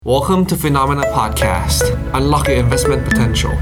Welcome to Phenomena Podcast. Unlock your investment potential.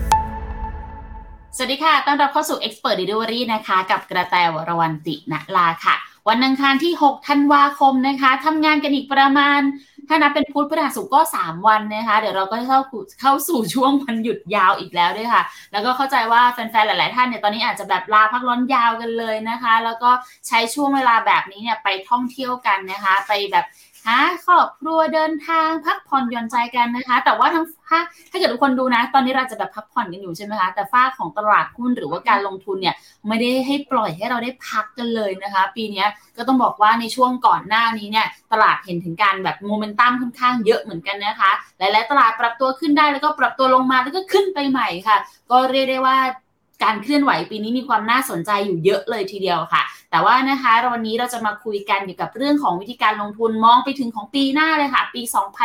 สวัสดีค่ะต้อนรับเข้าสู่ Expert Delivery นะคะกับกระแตวรวรรณติณลาค่ะวันอังคารที่6ธันวาคมนะคะทำงานกันอีกประมาณถ้านับเป็นพุธพฤหัสศุกร์ก็3วันนะคะเดี๋ยวเราก็เข้าสู่ช่วงวันหยุดยาวอีกแล้วด้วยค่ะแล้วก็เข้าใจว่าแฟนๆหลายๆท่านเนี่ยตอนนี้อาจจะแบบลาพักร้อนยาวกันเลยนะคะแล้วก็ใช้ช่วงเวลาแบบนี้เนี่ยไปท่องเที่ยวกันนะคะไปแบบหาครอบครัวเดินทางพักผ่อนหย่อนใจกันนะคะแต่ว่าถ้าเกิดทุกคนดูนะตอนนี้เราจะแบบพักผ่อนกันอยู่ใช่ไหมคะแต่ฝ้าของตลาดหุ้นหรือว่าการลงทุนเนี่ยไม่ได้ให้ปล่อยให้เราได้พักกันเลยนะคะปีนี้ก็ต้องบอกว่าในช่วงก่อนหน้านี้เนี่ยตลาดเห็นถึงการแบบโมเมนตัมค่อนข้างเยอะเหมือนกันนะคะหลายๆตลาดปรับตัวขึ้นได้แล้วก็ปรับตัวลงมาแล้วก็ขึ้นไปใหม่ค่ะก็เรียกได้ว่าการเคลื่อนไหวปีนี้มีความน่าสนใจอยู่เยอะเลยทีเดียวค่ะแต่ว่านะคะวันนี้เราจะมาคุยกันเกี่ยวกับเรื่องของวิธีการลงทุนมองไปถึงของปีหน้าเลยค่ะปี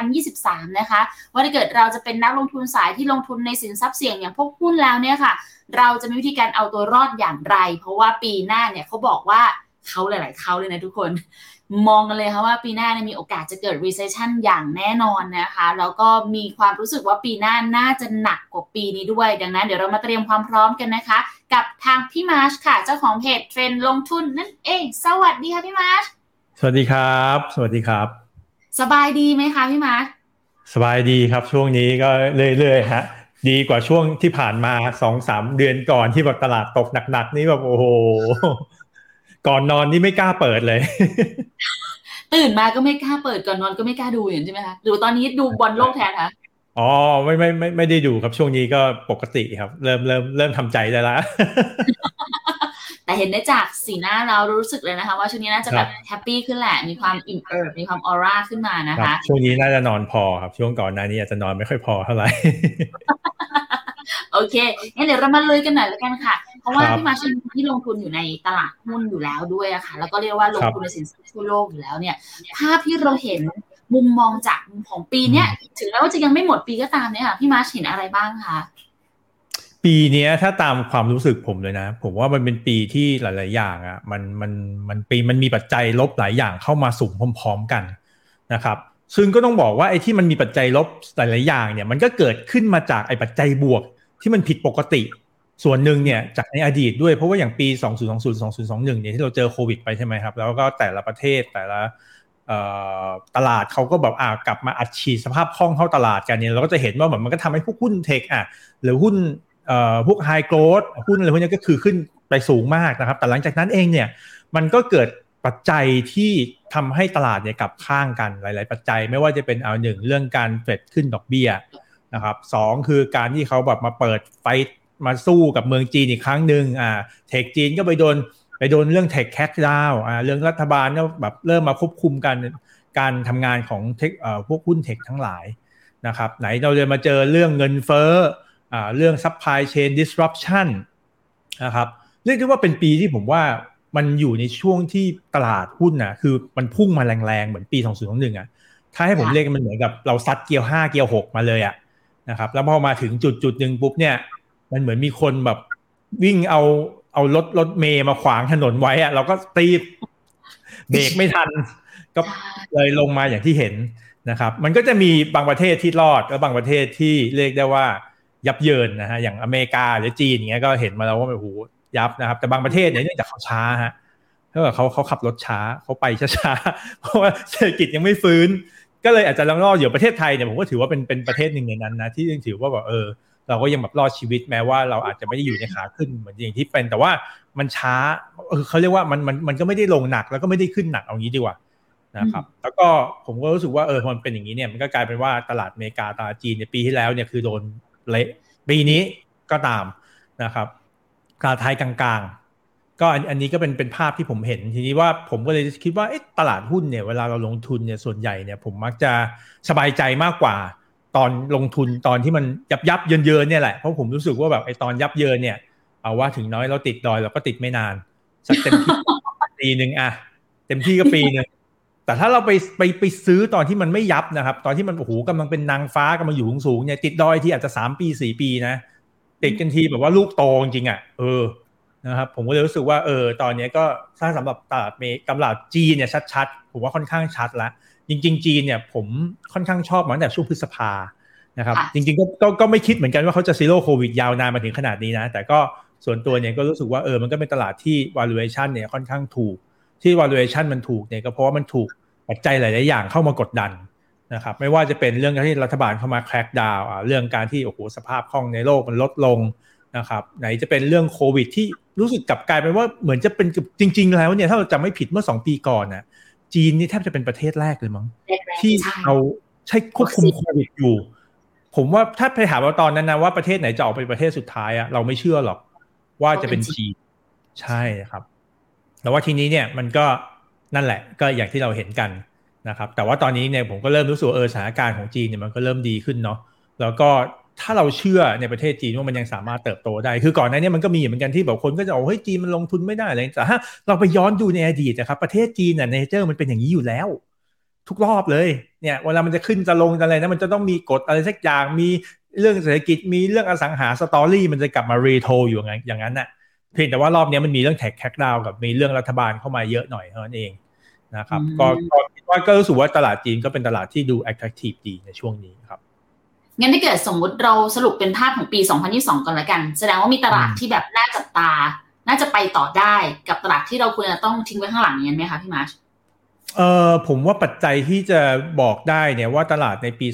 2023นะคะว่าถ้าเกิดเราจะเป็นนักลงทุนสายที่ลงทุนในสินทรัพย์เสี่ยงอย่างพวกหุ้นแล้วเนี่ยค่ะเราจะมีวิธีการเอาตัวรอดอย่างไรเพราะว่าปีหน้าเนี่ยเขาบอกว่าเขาหลายๆเขาเลยนะทุกคนมองกันเลยค่ะว่าปีหน้าเนี่ยมีโอกาสจะเกิด recession อย่างแน่นอนนะคะแล้วก็มีความรู้สึกว่าปีหน้าน่าจะหนักกว่าปีนี้ด้วยดังนั้นเดี๋ยวเรามาเตรียมความพร้อมกันนะคะกับทางพี่มาร์ชค่ะเจ้าของเพจเทรนด์ลงทุนนั่นเองสวัสดีค่ะพี่มาร์ชสวัสดีครับสวัสดีครับสบายดีไหมคะพี่มาร์ชสบายดีครับช่วงนี้ก็เรื่อยๆฮะดีกว่าช่วงที่ผ่านมา 2-3 เดือนก่อนที่แบบตลาดตกหนักๆนี่แบบโอ้โหก่อนนอนนี่ไม่กล้าเปิดเลยตื่นมาก็ไม่กล้าเปิดก่อนนอนก็ไม่กล้าดูอย่างใช่ไหมคะหรือตอนนี้ดูบอลโลกแทนคะอ๋อไม่ได้ดูครับช่วงนี้ก็ปกติครับเริ่มทำใจได้แล้วแต่เห็นได้จากสีหน้าเรารู้สึกเลยนะคะว่าช่วงนี้น่าจะแบบแฮปปี้ขึ้นแหละมีความอิ่มเอิบมีความออร่าขึ้นมานะคะช่วงนี้น่าจะนอนพอครับช่วงก่อนหน้านี้อาจจะนอนไม่ค่อยพอเท่าไหร่โอเคงั้นเดี๋ยวเรามาลุยกันหน่อยแล้วกันค่ะเพราะว่าพี่มาร์ชเป็นคนที่ลงทุนอยู่ในตลาดหุ้นอยู่แล้วด้วยอะค่ะแล้วก็เรียกว่าลงทุนในสินทรัพย์ทั่วโลกอยู่แล้วเนี่ยภาพที่เราเห็นมุมมองจากของปีเนี้ยถึงแม้ว่าจะยังไม่หมดปีก็ตามเนี่ยค่ะพี่มาร์ชเห็นอะไรบ้างคะปีนี้ถ้าตามความรู้สึกผมเลยนะผมว่ามันเป็นปีที่หลายๆอย่างอ่ะมันมีปัจจัยลบหลายอย่างเข้ามาสุ่มพร้อมๆกันนะครับซึ่งก็ต้องบอกว่าไอ้ที่มันมีปัจจัยลบหลายๆอย่างเนี่ยมันก็เกิดขึ้นมาจากไอ้ปัจจัยบวกที่มันผิดปกติส่วนหนึ่งเนี่ยจากในอดีตด้วยเพราะว่าอย่างปี2020 2021เนี่ยที่เราเจอโควิดไปใช่ไหมครับแล้วก็แต่ละประเทศแต่ละตลาดเขาก็แบบกลับมาอัดฉีดสภาพคล่องเข้าตลาดกันเนี่ยเราก็จะเห็นว่ามันก็ทำให้พวกหุ้นเทคหรือหุ้นพวกไฮโกรทหุ้นอะไรพวกนี้ก็คือขึ้นไปสูงมากนะครับแต่หลังจากนั้นเองเนี่ยมันก็เกิดปัจจัยที่ทำให้ตลาดเนี่ยกลับข้างกันหลายๆปัจจัยไม่ว่าจะเป็นหนึ่งเรื่องการเฟดขึ้นดอกเบี้ยนะครับสองคือการที่เขาแบบมาเปิดไฟมาสู้กับเมืองจีนอีกครั้งหนึ่งเทคจีนก็ไปโดนเรื่องเทคแคชดาวเรื่องรัฐบาลก็แบบเริ่มมาควบคุมการทำงานของเทคพวกหุ้นเทคทั้งหลายนะครับไหนเราจะมาเจอเรื่องเงินเฟ้อเรื่อง supply chain disruption นะครับเรียกได้ว่าเป็นปีที่ผมว่ามันอยู่ในช่วงที่ตลาดหุ้นคือมันพุ่งมาแรงๆเหมือนปี2021ถ้าให้ผมเรียกมันเหมือนกับเราซัดเกียร์5เกียร์6มาเลยนะครับแล้วพอมาถึงจุดนึงปุ๊บเนี่ยมันเหมือนมีคนแบบวิ่งเอารถเมย์มาขวางถนนไว้เราก็ตีบเบรกไม่ทันก็เลยลงมาอย่างที่เห็นนะครับมันก็จะมีบางประเทศที่รอดและบางประเทศที่เรียกได้ว่ายับเยินนะฮะอย่างอเมริกาหรือจีนอย่างเงี้ยก็เห็นมาแล้วว่าโอ้โหยับนะครับแต่บางประเทศเนี่ยเนื่องจากเขาช้าฮะเพราะว่าเขาขับรถช้าเขาไปช้าๆเพราะว่าเศรษฐกิจยังไม่ฟื้นก็เลยอาจจะลังรอดอยู่ประเทศไทยเนี่ยผมก็ถือว่าเป็นประเทศหนึ่งในนั้นนะที่ยังถือว่าแบบเราก็ยังแบบรอดชีวิตแม้ว่าเราอาจจะไม่ได้อยู่ในขาขึ้นเหมือนอย่างที่เป็นแต่ว่ามันช้าเขาเรียกว่ามันก็ไม่ได้ลงหนักแล้วก็ไม่ได้ขึ้นหนักเอางี้ดีกว่านะครับแล้วก็ผมก็รู้สึกว่าพอมันเป็นอย่างนี้เนี่ยมันก็กลายเป็นว่าตลาดอเมริกาตลาดจีนในปีที่แล้วเนี่ยคือโดนเละปีนี้ก็ตามนะครับตลาดไทยกลางๆก็อันนี้ก็เป็นภาพที่ผมเห็นทีนี้ว่าผมก็เลยคิดว่าตลาดหุ้นเนี่ยเวลาเราลงทุนเนี่ยส่วนใหญ่เนี่ยผมมักจะสบายใจมากกว่าตอนลงทุนตอนที่มันยับเยินเนี่ยแหละเพราะผมรู้สึกว่าแบบตอนยับเยินเนี่ยเอาว่าถึงน้อยเราติดดอยเราก็ติดไม่นานสักเต็มที่ปีนึงเต็มที่ก็ปีนึงแต่ถ้าเราไปซื้อตอนที่มันไม่ยับนะครับตอนที่มันโอ้โหกำลังเป็นนางฟ้ากำลังอยู่สูงเนี่ยติดดอยที่อาจจะ3 ปี 4 ปีนะติดกันทีแบบว่าลูกโตจริงนะครับผมก็เลยรู้สึกว่าตอนนี้ก็ถ้าสำหรับตลาดจีนเนี่ยชัดๆผมว่าค่อนข้างชัดแล้วจริงๆจีนเนี่ยผมค่อนข้างชอบมาตั้งแต่ช่วงพฤษภานะครับจริงๆก็ไม่คิดเหมือนกันว่าเขาจะซีโร่โควิดยาวนานมาถึงขนาดนี้นะแต่ก็ส่วนตัวเนี่ยก็รู้สึกว่ามันก็เป็นตลาดที่ valuation เนี่ยค่อนข้างถูกที่ valuation มันถูกเนี่ยก็เพราะว่ามันถูกปัจจัยหลายๆอย่างเข้ามากดดันนะครับไม่ว่าจะเป็นเรื่องที่รัฐบาลเข้ามา crack down เรื่องการที่โอ้โหสภาพคล่องในโลกมันลดลงนะครับไหนจะเป็นเรื่องโควิดที่รู้สึกกลับกลายเป็นว่าเหมือนจะเป็นจริงๆแล้วเนี่ยถ้าเราจำไม่ผิดเมื่อ2ปีก่อนน่ะจีนนี่แทบจะเป็นประเทศแรกเลยมั้งที่เอาใช้ควบคุมโควิดอยู่ผมว่าถ้าไปถามเราตอนนั้นนะว่าประเทศไหนจะออกเป็นประเทศสุดท้ายอะเราไม่เชื่อหรอกว่าจะเป็นจีนใช่ครับแต่ว่าทีนี้เนี่ยมันก็นั่นแหละก็อย่างที่เราเห็นกันนะครับแต่ว่าตอนนี้เนี่ยผมก็เริ่มรู้สึกว่าสถานการณ์ของจีนเนี่ยมันก็เริ่มดีขึ้นเนาะแล้วก็ถ้าเราเชื่อในประเทศจีนว่ามันยังสามารถเติบโตได้คือก่อนหน้านี้มันก็มีเหมือนกันที่แบบคนก็จะเฮ้ยจีนมันลงทุนไม่ได้อะไรแต่ถ้าเราไปย้อนดูในอดีตนะครับประเทศจีนเนี่ยเนเจอร์มันเป็นอย่างนี้อยู่แล้วทุกรอบเลยเนี่ยเวลามันจะขึ้นจะลงอะไรนะมันจะต้องมีกฎอะไรสักอย่างมีเรื่องเศรษฐกิจมีเรื่องอสังหาสตอรี่มันจะกลับมารีโทรอยู่อย่างนั้นน่ะเพียงแต่ว่ารอบนี้มันมีเรื่องแท็กดาวกับมีเรื่องรัฐบาลเข้ามาเยอะหน่อยเท่านั้นเองนะครับก็รู้สึกว่าตลาดจีนก็เป็นตลาดที่ดู attractive ดีในช่วงนี้ครับงั้นถ้าเกิดสมมุติเราสรุปเป็นภาพของปี2022กันละกันแสดงว่ามีตลาดที่แบบน่าจับตาน่าจะไปต่อได้กับตลาดที่เราควรจะต้องทิ้งไว้ข้างหลังอย่างนั้นไหมคะพี่มาร์ชผมว่าปัจจัยที่จะบอกได้เนี่ยว่าตลาดในปี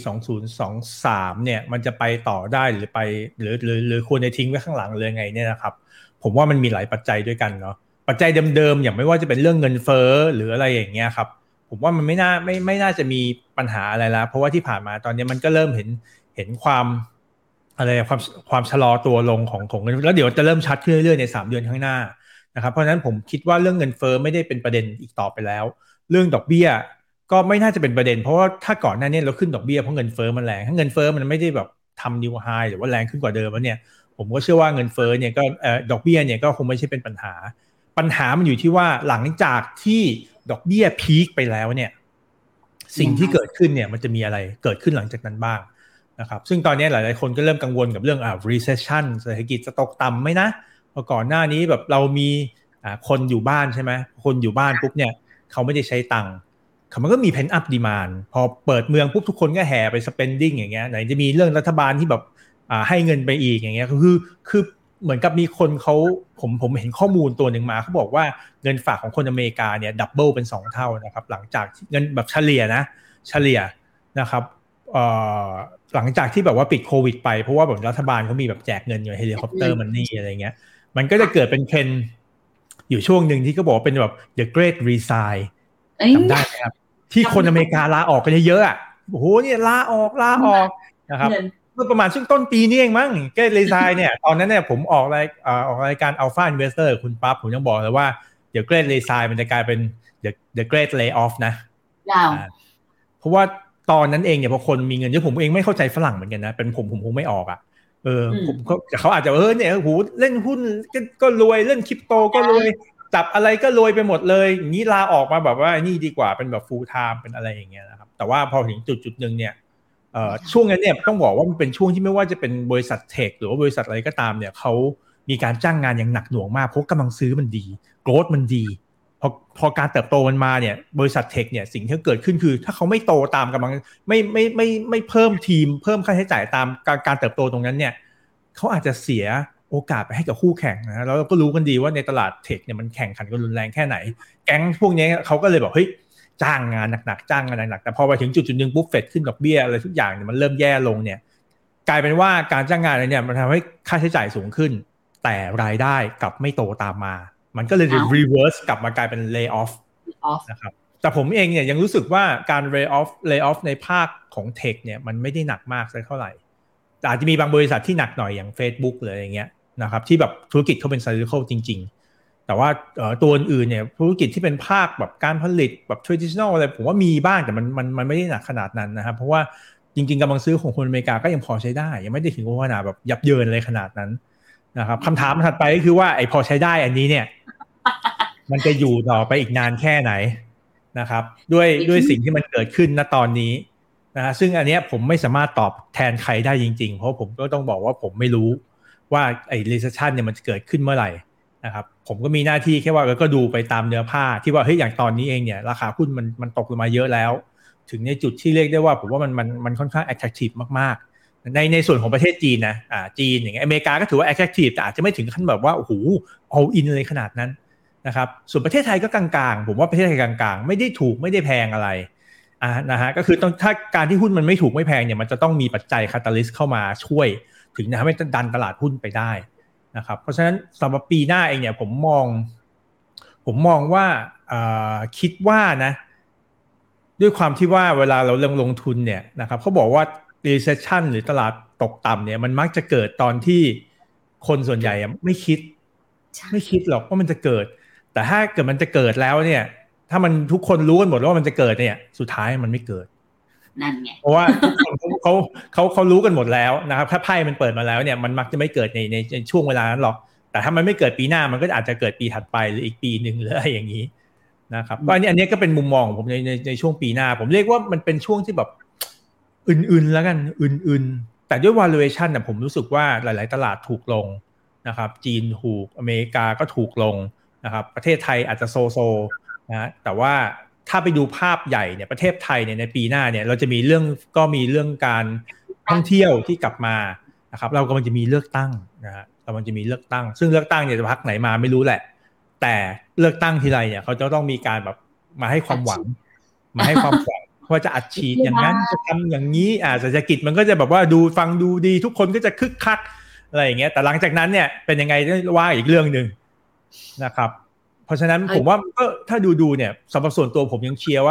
2023เนี่ยมันจะไปต่อได้หรือไปหรือควรจะทิ้งไว้ข้างหลังเลยไงเนี่ยนะครับผมว่ามันมีหลายปัจจัยด้วยกันเนาะปัจจัยเดิมๆอย่างไม่ว่าจะเป็นเรื่องเงินเฟ้อหรืออะไรอย่างเงี้ยครับผมว่ามันไม่น่าจะมีปัญหาอะไรแล้วเพราะว่าที่ผ่านมาตอนนี้มันก็เริ่มเห็นความชะลอตัวลงของเงินแล้วเดี๋ยวจะเริ่มชัดขึ้นเรื่อยๆใน3เดือนข้างหน้านะครับเพราะฉะนั้นผมคิดว่าเรื่องเงินเฟ้อไม่ได้เป็นประเด็นอีกต่อไปแล้วเรื่องดอกเบี้ยก็ไม่น่าจะเป็นประเด็นเพราะว่าถ้าก่อนหน้านี้เราขึ้นดอกเบี้ยเพราะเงินเฟ้อมันแรงถ้าเงินเฟ้อมันไม่ได้แบบทำนิวไฮหรือว่าแรงขึ้นกว่าเดิมแล้วเนี่ยผมก็เชื่อว่าเงินเฟ้อเนี่ยก็ดอกเบี้ยเนี่ยก็คงไม่ใช่เป็นปัญหามันอยู่ที่ว่าหลังจากที่ดอกเบี้ยพีคไปแล้วเนี่ยสิ่งที่เกิดขึ้นเนี่ยมันจะมีอะไรเกิดขึ้นหลังจากนั้นบ้างนะครับซึ่งตอนนี้หลายๆคนก็เริ่มกังวลกับเรื่องrecession เศรษฐกิจจะตกต่ำไหมนะเพราะก่อนหน้านี้แบบเรามีคนอยู่บ้านใช่ไหมคนอยู่บ้านปุ๊บเนี่ยเขาไม่ได้ใช้ตังค์มันก็มี pent up demand พอเปิดเมืองปุ๊บทุกคนก็แห่ไป spending อย่างเงี้ยไหนจะมีเรื่องรัฐบาลที่แบบให้เงินไปอีกอย่างเงี้ยคือเหมือนกับมีคนเขาผมเห็นข้อมูลตัวหนึ่งมาเขาบอกว่าเงินฝากของคนอเมริกาเนี่ยดับเบิลเป็น2เท่านะครับหลังจากเงินแบบเฉลี่ยนะครับหลังจากที่แบบว่าปิดโควิดไปเพราะว่าแบบรัฐบาลเขามีแบบแจกเงินอยู่เฮลิคอปเตอร์มันนี่อะไรเงี้ยมันก็จะเกิดเป็นเทรนด์อยู่ช่วงหนึ่งที่ก็บอกเป็นแบบ The Great Resign จำได้ไหมครับที่คนอเมริกาลาออกกันเยอะอ่ะโอ้โหเนี่ยลาออกนะครับเมื่อประมาณช่วงต้นปีนี้เองมั้ง Great Resign เนี่ยตอนนั้นเนี่ยผมออกรายการ Alpha Investor คุณปั๊บผมยังบอกเลยว่า The Great Resign มันจะกลายเป็น The Great Layoff นะเพราะว่าตอนนั้นเองเนี่ยพอคนมีเงินเยอะผมเองไม่เข้าใจฝรั่งเหมือนกันนะเป็นผมคงไม่ออกอ่ะผมก็เขาอาจจะเนี่ยโหเล่นหุ้นก็รวยเล่นคริปโตก็รวยจับอะไรก็รวยไปหมดเลยอย่างนี้ลาออกมาแบบว่านี่ดีกว่าเป็นแบบ full time เป็นอะไรอย่างเงี้ยนะครับแต่ว่าพอถึงจุดนึงเนี่ยช่วงนั้นเนี่ยต้องบอกว่ามันเป็นช่วงที่ไม่ว่าจะเป็นบริษัทเทคหรือว่าบริษัทอะไรก็ตามเนี่ยเขามีการจ้างงานอย่างหนักหน่วงมากเพราะกำลังซื้อมันดีโกรธมันดีพอการเติบโตมันมาเนี่ยบริษัทเทคเนี่ยสิ่งที่เกิดขึ้นคือถ้าเขาไม่โตตามกำลังไม่เพิ่มทีมเพิ่มค่าใช้จ่ายตามการเติบโตตรงนั้นเนี่ยเขาอาจจะเสียโอกาสไปให้กับคู่แข่งนะแล้วเราก็รู้กันดีว่าในตลาดเทคเนี่ยมันแข่งขันกันรุนแรงแค่ไหนแก๊งพวกนี้เขาก็เลยบอกเฮ้ยจ้างงานหนักแต่พอไปถึงจุดนึงปุ๊บเฟดขึ้นดอกเบี้ยอะไรทุกอย่างเนี่ยมันเริ่มแย่ลงเนี่ยกลายเป็นว่าการจ้างงานเนี่ยมันทำให้ค่าใช้จ่ายสูงขึ้นแต่รายได้กลับไม่โตตามมามันก็เลย reverse กลับมากลายเป็น lay off นะครับแต่ผมเองเนี่ยยังรู้สึกว่าการ lay off ในภาคของเทคเนี่ยมันไม่ได้หนักมากสักเท่าไหร่แต่อาจจะมีบางบริษัทที่หนักหน่อยอย่าง Facebook หรืออะไรเงี้ยนะครับที่แบบธุรกิจเขาเป็น cyclical จริงๆแต่ว่าตัวอื่นเนี่ยธุรกิจที่เป็นภาคแบบการผลิตแบบ traditional อะไรผมว่ามีบ้างแต่มันไม่ได้หนักขนาดนั้นนะครับเพราะว่าจริงๆกำลังซื้อของคนอเมริกาก็ยังพอใช้ได้ยังไม่ได้ถึงขนาดแบบยับเยินอะไรขนาดนั้นนะครับคำถามถัดไปก็คือว่าไอ้พอใช้ได้อันนี้เนี่ยมันจะอยู่ต่อไปอีกนานแค่ไหนนะครับด้วยสิ่งที่มันเกิดขึ้นณตอนนี้นะซึ่งอันเนี้ยผมไม่สามารถตอบแทนใครได้จริงๆเพราะผมก็ต้องบอกว่าผมไม่รู้ว่าไอ้ recession เนี่ยมันจะเกิดขึ้นเมื่อไหร่นะครับผมก็มีหน้าที่แค่ว่าก็ดูไปตามเนื้อผ้าที่ว่าเฮ้ยอย่างตอนนี้เองเนี่ยราคาหุ้นมันตกลงมาเยอะแล้วถึงในจุดที่เรียกได้ว่าผมว่ามันค่อนข้าง attractive มากๆในส่วนของประเทศจีนนะจีนอย่างเงี้ยอเมริกาก็ถือว่า attractive แต่อาจจะไม่ถึงขั้นแบบว่าโอ้โห all in เลยขนาดนั้นนะครับส่วนประเทศไทยก็กลางๆผมว่าประเทศไทยกลางๆไม่ได้ถูกไม่ได้แพงอะไรนะฮะก็คือต้องถ้าการที่หุ้นมันไม่ถูกไม่แพงเนี่ยมันจะต้องมีปัจจัย catalyst เข้ามาช่วยถึงจะทำให้ดันตลาดหุ้นไปได้นะครับเพราะฉะนั้นสำหรับปีหน้าเองเนี่ยผมมองว่าคิดว่านะด้วยความที่ว่าเวลาเราลงทุนเนี่ยนะครับเขาบอกว่า recession หรือตลาดตกต่ำเนี่ยมันมักจะเกิดตอนที่คนส่วนใหญ่ไม่คิดหรอกว่ามันจะเกิดแต่ถ้าเกิดมันจะเกิดแล้วเนี่ยถ้ามันทุกคนรู้กันหมดว่ามันจะเกิดเนี่ยสุดท้ายมันไม่เกิดนั่นไงเพราะว่าทุกคนเขารู้กันหมดแล้วนะครับถ้าไพ่มันเปิดมาแล้วเนี่ยมันมักจะไม่เกิดในช่วงเวลานั้นหรอกแต่ถ้ามันไม่เกิดปีหน้ามันก็อาจจะเกิดปีถัดไปหรืออีกปีนึงหรืออะไรอย่างนี้นะครับก็อันนี้ก็เป็นมุมมองของผมในช่วงปีหน้าผมเรียกว่ามันเป็นช่วงที่แบบอื่นๆแล้วกันอื่นๆแต่ด้วย valuation ผมรู้สึกว่าหลายๆตลาดถูกลงนะครับจีนถูกอเมริกาก็ถูกลงนะครับประเทศไทยอาจจะโซนะแต่ว่าถ้าไปดูภาพใหญ่เนี่ยประเทศไทยเนี่ยในปีหน้าเนี่ยเราจะมีเรื่องการท่องเที่ยวที่กลับมานะครับเรากำลังจะมีเลือกตั้งนะฮะกำลังจะมีเลือกตั้งซึ่งเลือกตั้งเนี่ยจะพรรคไหนมาไม่รู้แหละแต่เลือกตั้งทีไรเนี่ยเขาจะต้องมีการแบบมาให้ความหวังว่าจะอัดฉีดอย่างนั้นจะทำอย่างนี้เศรษฐกิจมันก็จะแบบว่าฟังดูดีทุกคนก็จะคึกคักอะไรอย่างเงี้ยแต่หลังจากนั้นเนี่ยเป็นยังไงว่าอีกเรื่องนึงนะครับเพราะฉะนั้นผมว่าก็ถ้าดูเนี่ยสำหรับส่วนตัวผมยังเชียร์ว่า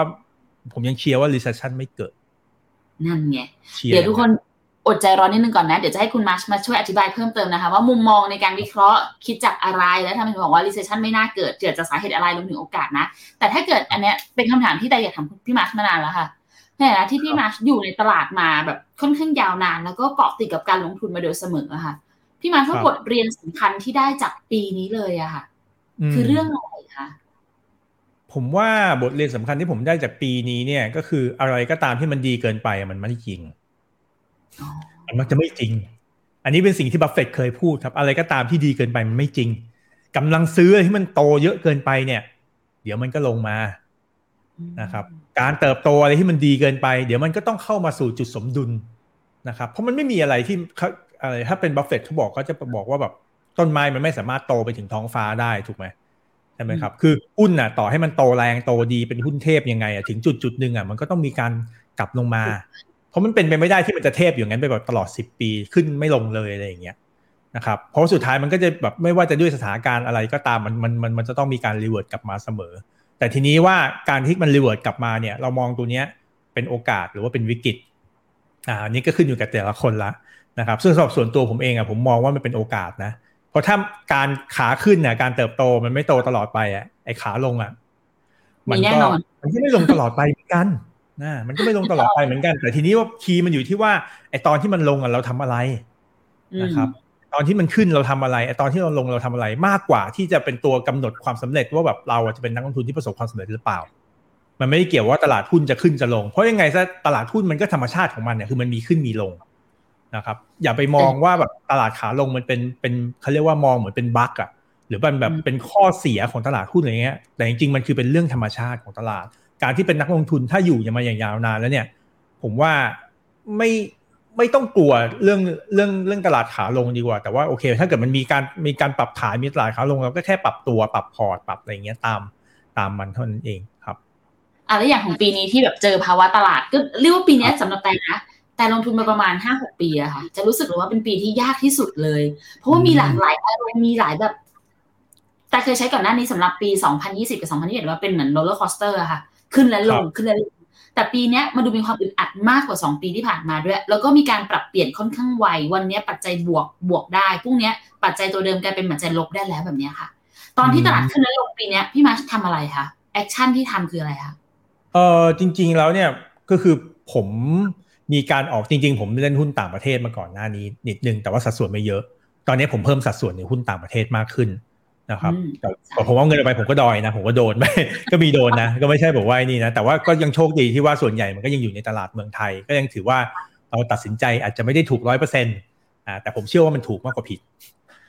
recession ไม่เกิดนั่นไงเดี๋ยวทุกคนอดใจรอนิดนึงก่อนนะเดี๋ยวจะให้คุณมาร์ชมาช่วยอธิบายเพิ่มเติมนะคะว่ามุมมองในการวิเคราะห์คิดจากอะไรแล้วทำไมถึงบอกว่า recession ไม่น่าเกิดจากสาเหตุอะไรรวมถึงโอกาสนะแต่ถ้าเกิดอันเนี้ยเป็นคำถามที่แต่อยากถามพี่มาร์ชมานานแล้วค่ะในฐานะที่พี่มาร์ชอยู่ในตลาดมาแบบค่อนข้างยาวนานแล้วก็เกาะติดกับการลงทุนมาโดยเสมอค่ะพี่มาร์ชว่าบทเรียนสำคัญที่ได้จากปีนี้เลยอะค่ะคือเรื่องอะไรคะผมว่าบทเรียนสำคัญที่ผมได้จากปีนี้เนี่ยก็คืออะไรก็ตามที่มันดีเกินไปมันไม่จริงมันมักจะไม่จริงอันนี้เป็นสิ่งที่บัฟเฟตต์เคยพูดครับอะไรก็ตามที่ดีเกินไปมันไม่จริงกำลังซื้อที่มันโตเยอะเกินไปเนี่ยเดี๋ยวมันก็ลงมานะครับการเติบโตอะไรที่มันดีเกินไปเดี๋ยวมันก็ต้องเข้ามาสู่จุดสมดุลนะครับเพราะมันไม่มีอะไรที่อะไรถ้าเป็นบัฟเฟตต์เขาบอกก็จะบอกว่าแบบต้นไม้มันไม่สามารถโตไปถึงท้องฟ้าได้ถูกไหมใช่ไหมครับคือหุ้นต่อให้มันโตแรงโตดีเป็นหุ้นเทพยังไงถึงจุดนึงมันก็ต้องมีการกลับลงมาเพราะมันเป็นไปไม่ได้ที่มันจะเทพอย่างนั้นไปแบบตลอด10ปีขึ้นไม่ลงเลยอะไรอย่างเงี้ยนะครับเพราะสุดท้ายมันก็จะแบบไม่ว่าจะด้วยสถานการณ์อะไรก็ตามมันจะต้องมีการรีเวิร์สกลับมาเสมอแต่ทีนี้ว่าการที่มันรีเวิร์สกลับมาเนี่ยเรามองตัวเนี้ยเป็นโอกาสหรือว่าเป็นวิกฤตอันนี้ก็ขึ้นอยู่กับแต่ละคนละนะครับซึ่งสำหรับส่วนตัวผมเองผมมองว่ามันเป็นโอกาสนะเพราะถ้าการขาขึ้นการเติบโตมันไม่โตตลอดไปไอ้ขาลงมันก็ไม่ลงตลอดไปเหมือนกันมันก็ไม่ลงตลอดไปเหมือนกันแต่ทีนี้ว่าคีย์มันอยู่ที่ว่าไอ้ตอนที่มันลงเราทำอะไรนะครับตอนที่มันขึ้นเราทำอะไรไอ้ตอนที่เราลงเราทำอะไรมากกว่าที่จะเป็นตัวกำหนดความสำเร็จว่าแบบเราจะเป็นนักลงทุนที่ประสบความสำเร็จหรือเปล่ามันไม่ได้เกี่ยวว่าตลาดหุ้นจะขึ้นจะลงเพราะยังไงซะตลาดหุ้นมันก็ธรรมชาติของมันเนี่ยคือมันมีขึ้นมีลงนะครับอย่าไปมองว่าแบบตลาดขาลงมันเป็นเขาเรียกว่ามองเหมือนเป็นบั๊กหรือแบบเป็นข้อเสียของตลาดหุ้นอะไรเงี้ยแต่จริงๆมันคือเป็นเรื่องธรรมชาติของตลาดการที่เป็นนักลงทุนถ้าอยู่มาอย่างยาวนานแล้วเนี่ยผมว่าไม่ต้องกลัวเรื่องตลาดขาลงดีกว่าแต่ว่าโอเคถ้าเกิดมันมีการปรับฐานมีตลาดขาลงเราก็แค่ปรับตัวปรับพอร์ตปรับอะไรเงี้ยตามมันเท่านั้นเองครับแล้วอย่างของปีนี้ที่แบบเจอภาวะตลาดก็เรียกว่าปีนี้สำหรับแต่ลงทุนมาประมาณ 5-6 ปีอะค่ะจะรู้สึกเลยว่าเป็นปีที่ยากที่สุดเลยเพราะว่ามีหลากหลายอารมณ์มีหลายแบบแต่เคยใช้ก่อนหน้านี้สำหรับปี2020กับ2021ว่าเป็นเหมือนโรลเลอร์คอสเตอร์ค่ะขึ้นและลงขึ้นและลงแต่ปีนี้มันดูมีความอึดอัดมากกว่า2ปีที่ผ่านมาด้วยแล้วก็มีการปรับเปลี่ยนค่อนข้างไววันนี้ปัจจัยบวกได้พรุ่งนี้ปัจจัยตัวเดิมกลายเป็นปัจจัยลบได้แล้วแบบนี้ค่ะตอนที่ตลาดขึ้นและลงปีนี้พี่มาร์ชทำอะไรคะแอคชั่นที่ทำคืออะไรคะจริงๆแล้วเนี่ยก็คือผมมีการออกจริงๆผมเล่นหุ้นต่างประเทศมาก่อนหน้านี้นิดนึงแต่ว่าสัดส่วนไม่เยอะตอนนี้ผมเพิ่มสัดส่วนในหุ้นต่างประเทศมากขึ้นนะครับแต่ผมเอาเงินไปผมก็ดอยนะผมก็โดนไปก็มีโดนนะก็ไม่ใช่บอกว่านี่นะแต่ว่าก็ยังโชคดีที่ว่าส่วนใหญ่มันก็ยังอยู่ในตลาดเมืองไทยก็ยังถือว่าเราตัดสินใจอาจจะไม่ได้ถูก 100% แต่ผมเชื่อว่ามันถูกมากกว่าผิด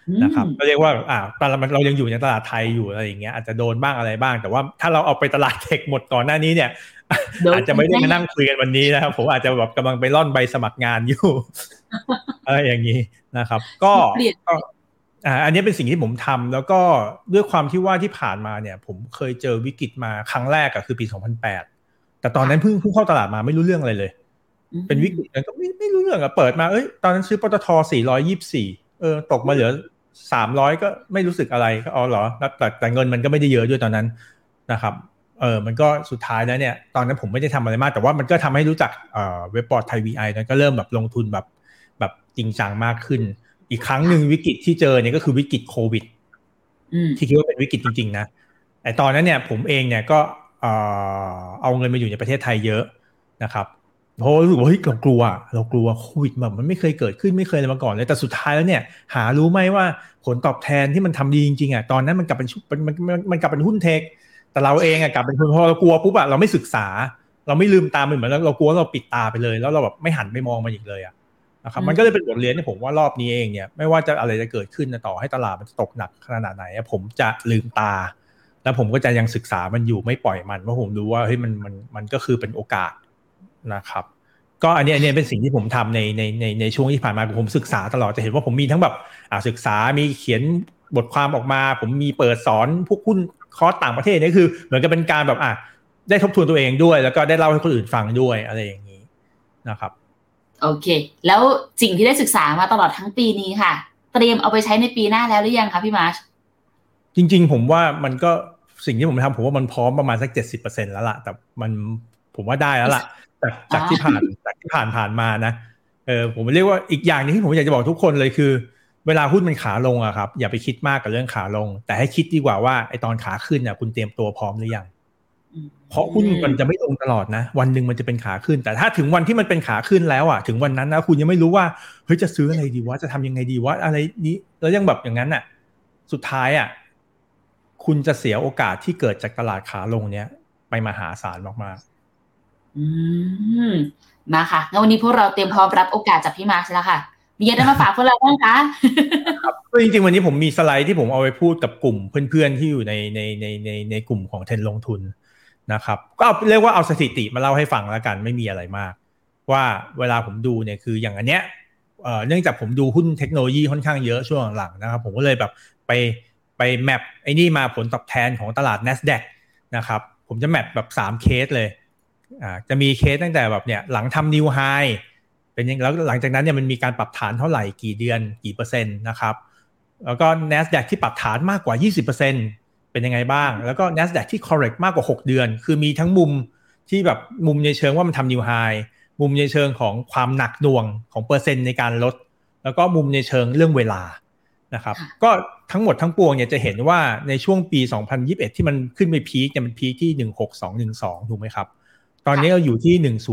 นะครับก็เรียกว่าตลาดเรายังอยู่ในตลาดไทยอยู่อะไรอย่างเงี้ยอาจจะโดนบ้างอะไรบ้างแต่ว่าถ้าเราเอาไปตลาดเทคหมดก่อนหน้านี้เนี่ยอาจจะไม่ได้มานั่งคุยกันวันนี้นะครับผมอาจจะแบบกำลังไปร่อนใบสมัครงานอยู่ อะไรอย่างนี้นะครับก็อันนี้เป็นสิ่งที่ผมทำแล้วก็ด้วยความที่ว่าที่ผ่านมาเนี่ยผมเคยเจอวิกฤตมาครั้งแรกคือปี2008แต่ตอนนั้นเพิ่งเข้าตลาดมาไม่รู้เรื่องอะไรเลยเป็นวิกฤตก็ไม่รู้เรื่องเปิดมาตอนนั้นซื้อปตท424ตกมาเหลือ300ก็ไม่รู้สึกอะไรก็อ๋อเหรอแต่เงินมันก็ไม่ได้เยอะด้วยตอนนั้นนะครับมันก็สุดท้ายแล้วเนี่ยตอนนั้นผมไม่ได้ทำอะไรมากแต่ว่ามันก็ทำให้รู้จักเว็บบอร์ดไทย VI นั้นก็เริ่มแบบลงทุนแบบจริงจังมากขึ้นอีกครั้งหนึ่งวิกฤตที่เจอเนี่ยก็คือวิกฤตโควิดที่คิดว่าเป็นวิกฤตจริงๆนะแต่ตอนนั้นเนี่ยผมเองเนี่ยก็เอาเงินมาอยู่ในประเทศไทยเยอะนะครับเพราะรู้สึกว่าเฮ้ยเรากลัวโควิดแบบมันไม่เคยเกิดขึ้นไม่เคยอะไรมาก่อนเลยแต่สุดท้ายแล้วเนี่ยหารู้ไหมว่าผลตอบแทนที่มันทำดีจริงๆตอนนั้นมันกลับเป็นหุ้นเทคแต่เราเองกลับเป็นคนพอเรากลัวปุ๊บเราไม่ศึกษาเราไม่ลืมตาเหมือนเรากลัวเราปิดตาไปเลยแล้วเราแบบไม่หันไปมองมันอีกเลยนะครับมันก็เลยเป็นบทเรียนที่ผมว่ารอบนี้เองเนี่ยไม่ว่าจะอะไรจะเกิดขึ้นต่อให้ตลาดมันตกหนักขนาดไหนผมจะลืมตาแล้วผมก็จะยังศึกษามันอยู่ไม่ปล่อยมันเพราะผมรู้ว่าเฮ้ยมันก็คือเป็นโอกาสนะครับก็อันนี้เป็นสิ่งที่ผมทำในช่วงที่ผ่านมาผมศึกษาตลอดจะเห็นว่าผมมีทั้งแบบศึกษามีเขียนบทความออกมาผมมีเปิดสอนพวกหุ้นคอร์สต่างประเทศนี่คือเหมือนกับเป็นการแบบได้ทบทวนตัวเองด้วยแล้วก็ได้เล่าให้คนอื่นฟังด้วยอะไรอย่างนี้นะครับโอเคแล้วสิ่งที่ได้ศึกษามาตลอดทั้งปีนี้ค่ะเตรียมเอาไปใช้ในปีหน้าแล้วหรือยังคะพี่มาร์ชจริงๆผมว่ามันก็สิ่งที่ผมทำผมว่ามันพร้อมประมาณสัก 70% แล้วล่ะแต่ผมว่าได้แล้วล่ะจากที่ผ่านมานะผมเรียกว่าอีกอย่างนึงที่ผมอยากจะบอกทุกคนเลยคือเวลาหุ้นมันขาลงครับอย่าไปคิดมากกับเรื่องขาลงแต่ให้คิดดีกว่าว่าไอ้ตอนขาขึ้นคุณเตรียมตัวพร้อมหรือยังเพราะหุ้นมันจะไม่ลงตลอดนะวันหนึ่งมันจะเป็นขาขึ้นแต่ถ้าถึงวันที่มันเป็นขาขึ้นแล้วถึงวันนั้นนะคุณยังไม่รู้ว่าเฮ้ยจะซื้ออะไรดีวะจะทำยังไงดีวะอะไรนี้แล้วยังแบบอย่างนั้นสุดท้ายคุณจะเสียโอกาสที่เกิดจากตลาดขาลงเนี้ยไปมหาศาลมากๆนะคะงั้นวันนี้พวกเราเตรียมพร้อมรับโอกาสจากพี่มาร์ชแล้วค่ะมีอะไรมาฝากพวกเราบ้างคะครับจริงๆวันนี้ผมมีสไลด์ที่ผมเอาไปพูดกับกลุ่มเพื่อนๆที่อยู่ในกลุ่มของเทรนด์ลงทุนนะครับก็เรียกว่าเอาสถิติมาเล่าให้ฟังแล้วกันไม่มีอะไรมากว่าเวลาผมดูเนี่ยคืออย่างอันเนี้ยเนื่องจากผมดูหุ้นเทคโนโลยีค่อนข้างเยอะช่วงหลังๆนะครับผมก็เลยแบบไปแมปไอ้นี่มาผลตอบแทนของตลาด NASDAQ นะครับผมจะแมปแบบ3เคสเลยจะมีเคสตั้งแต่แบบเนี่ยหลังทำ New High เป็นยังแล้วหลังจากนั้นเนี่ยมันมีการปรับฐานเท่าไหร่กี่เดือนกี่เปอร์เซ็นต์นะครับแล้วก็ NASDAQ ที่ปรับฐานมากกว่า 20%เป็นยังไงบ้างแล้วก็ NASDAQ ที่ correct มากกว่า6เดือนคือมีทั้งมุมที่แบบมุมในเชิงว่ามันทำ New High มุมในเชิงของความหนักหน่วงของเปอร์เซ็นต์ในการลดแล้วก็มุมในเชิงเรื่องเวลานะครับก็ทั้งหมดทั้งปวงเนี่ยจะเห็นว่าในช่วงปี2021ที่มันขึ้นไปพีคเนี่ยมันพีคที่16212ถูกไหมครับตอนนี้เราอยู่ที่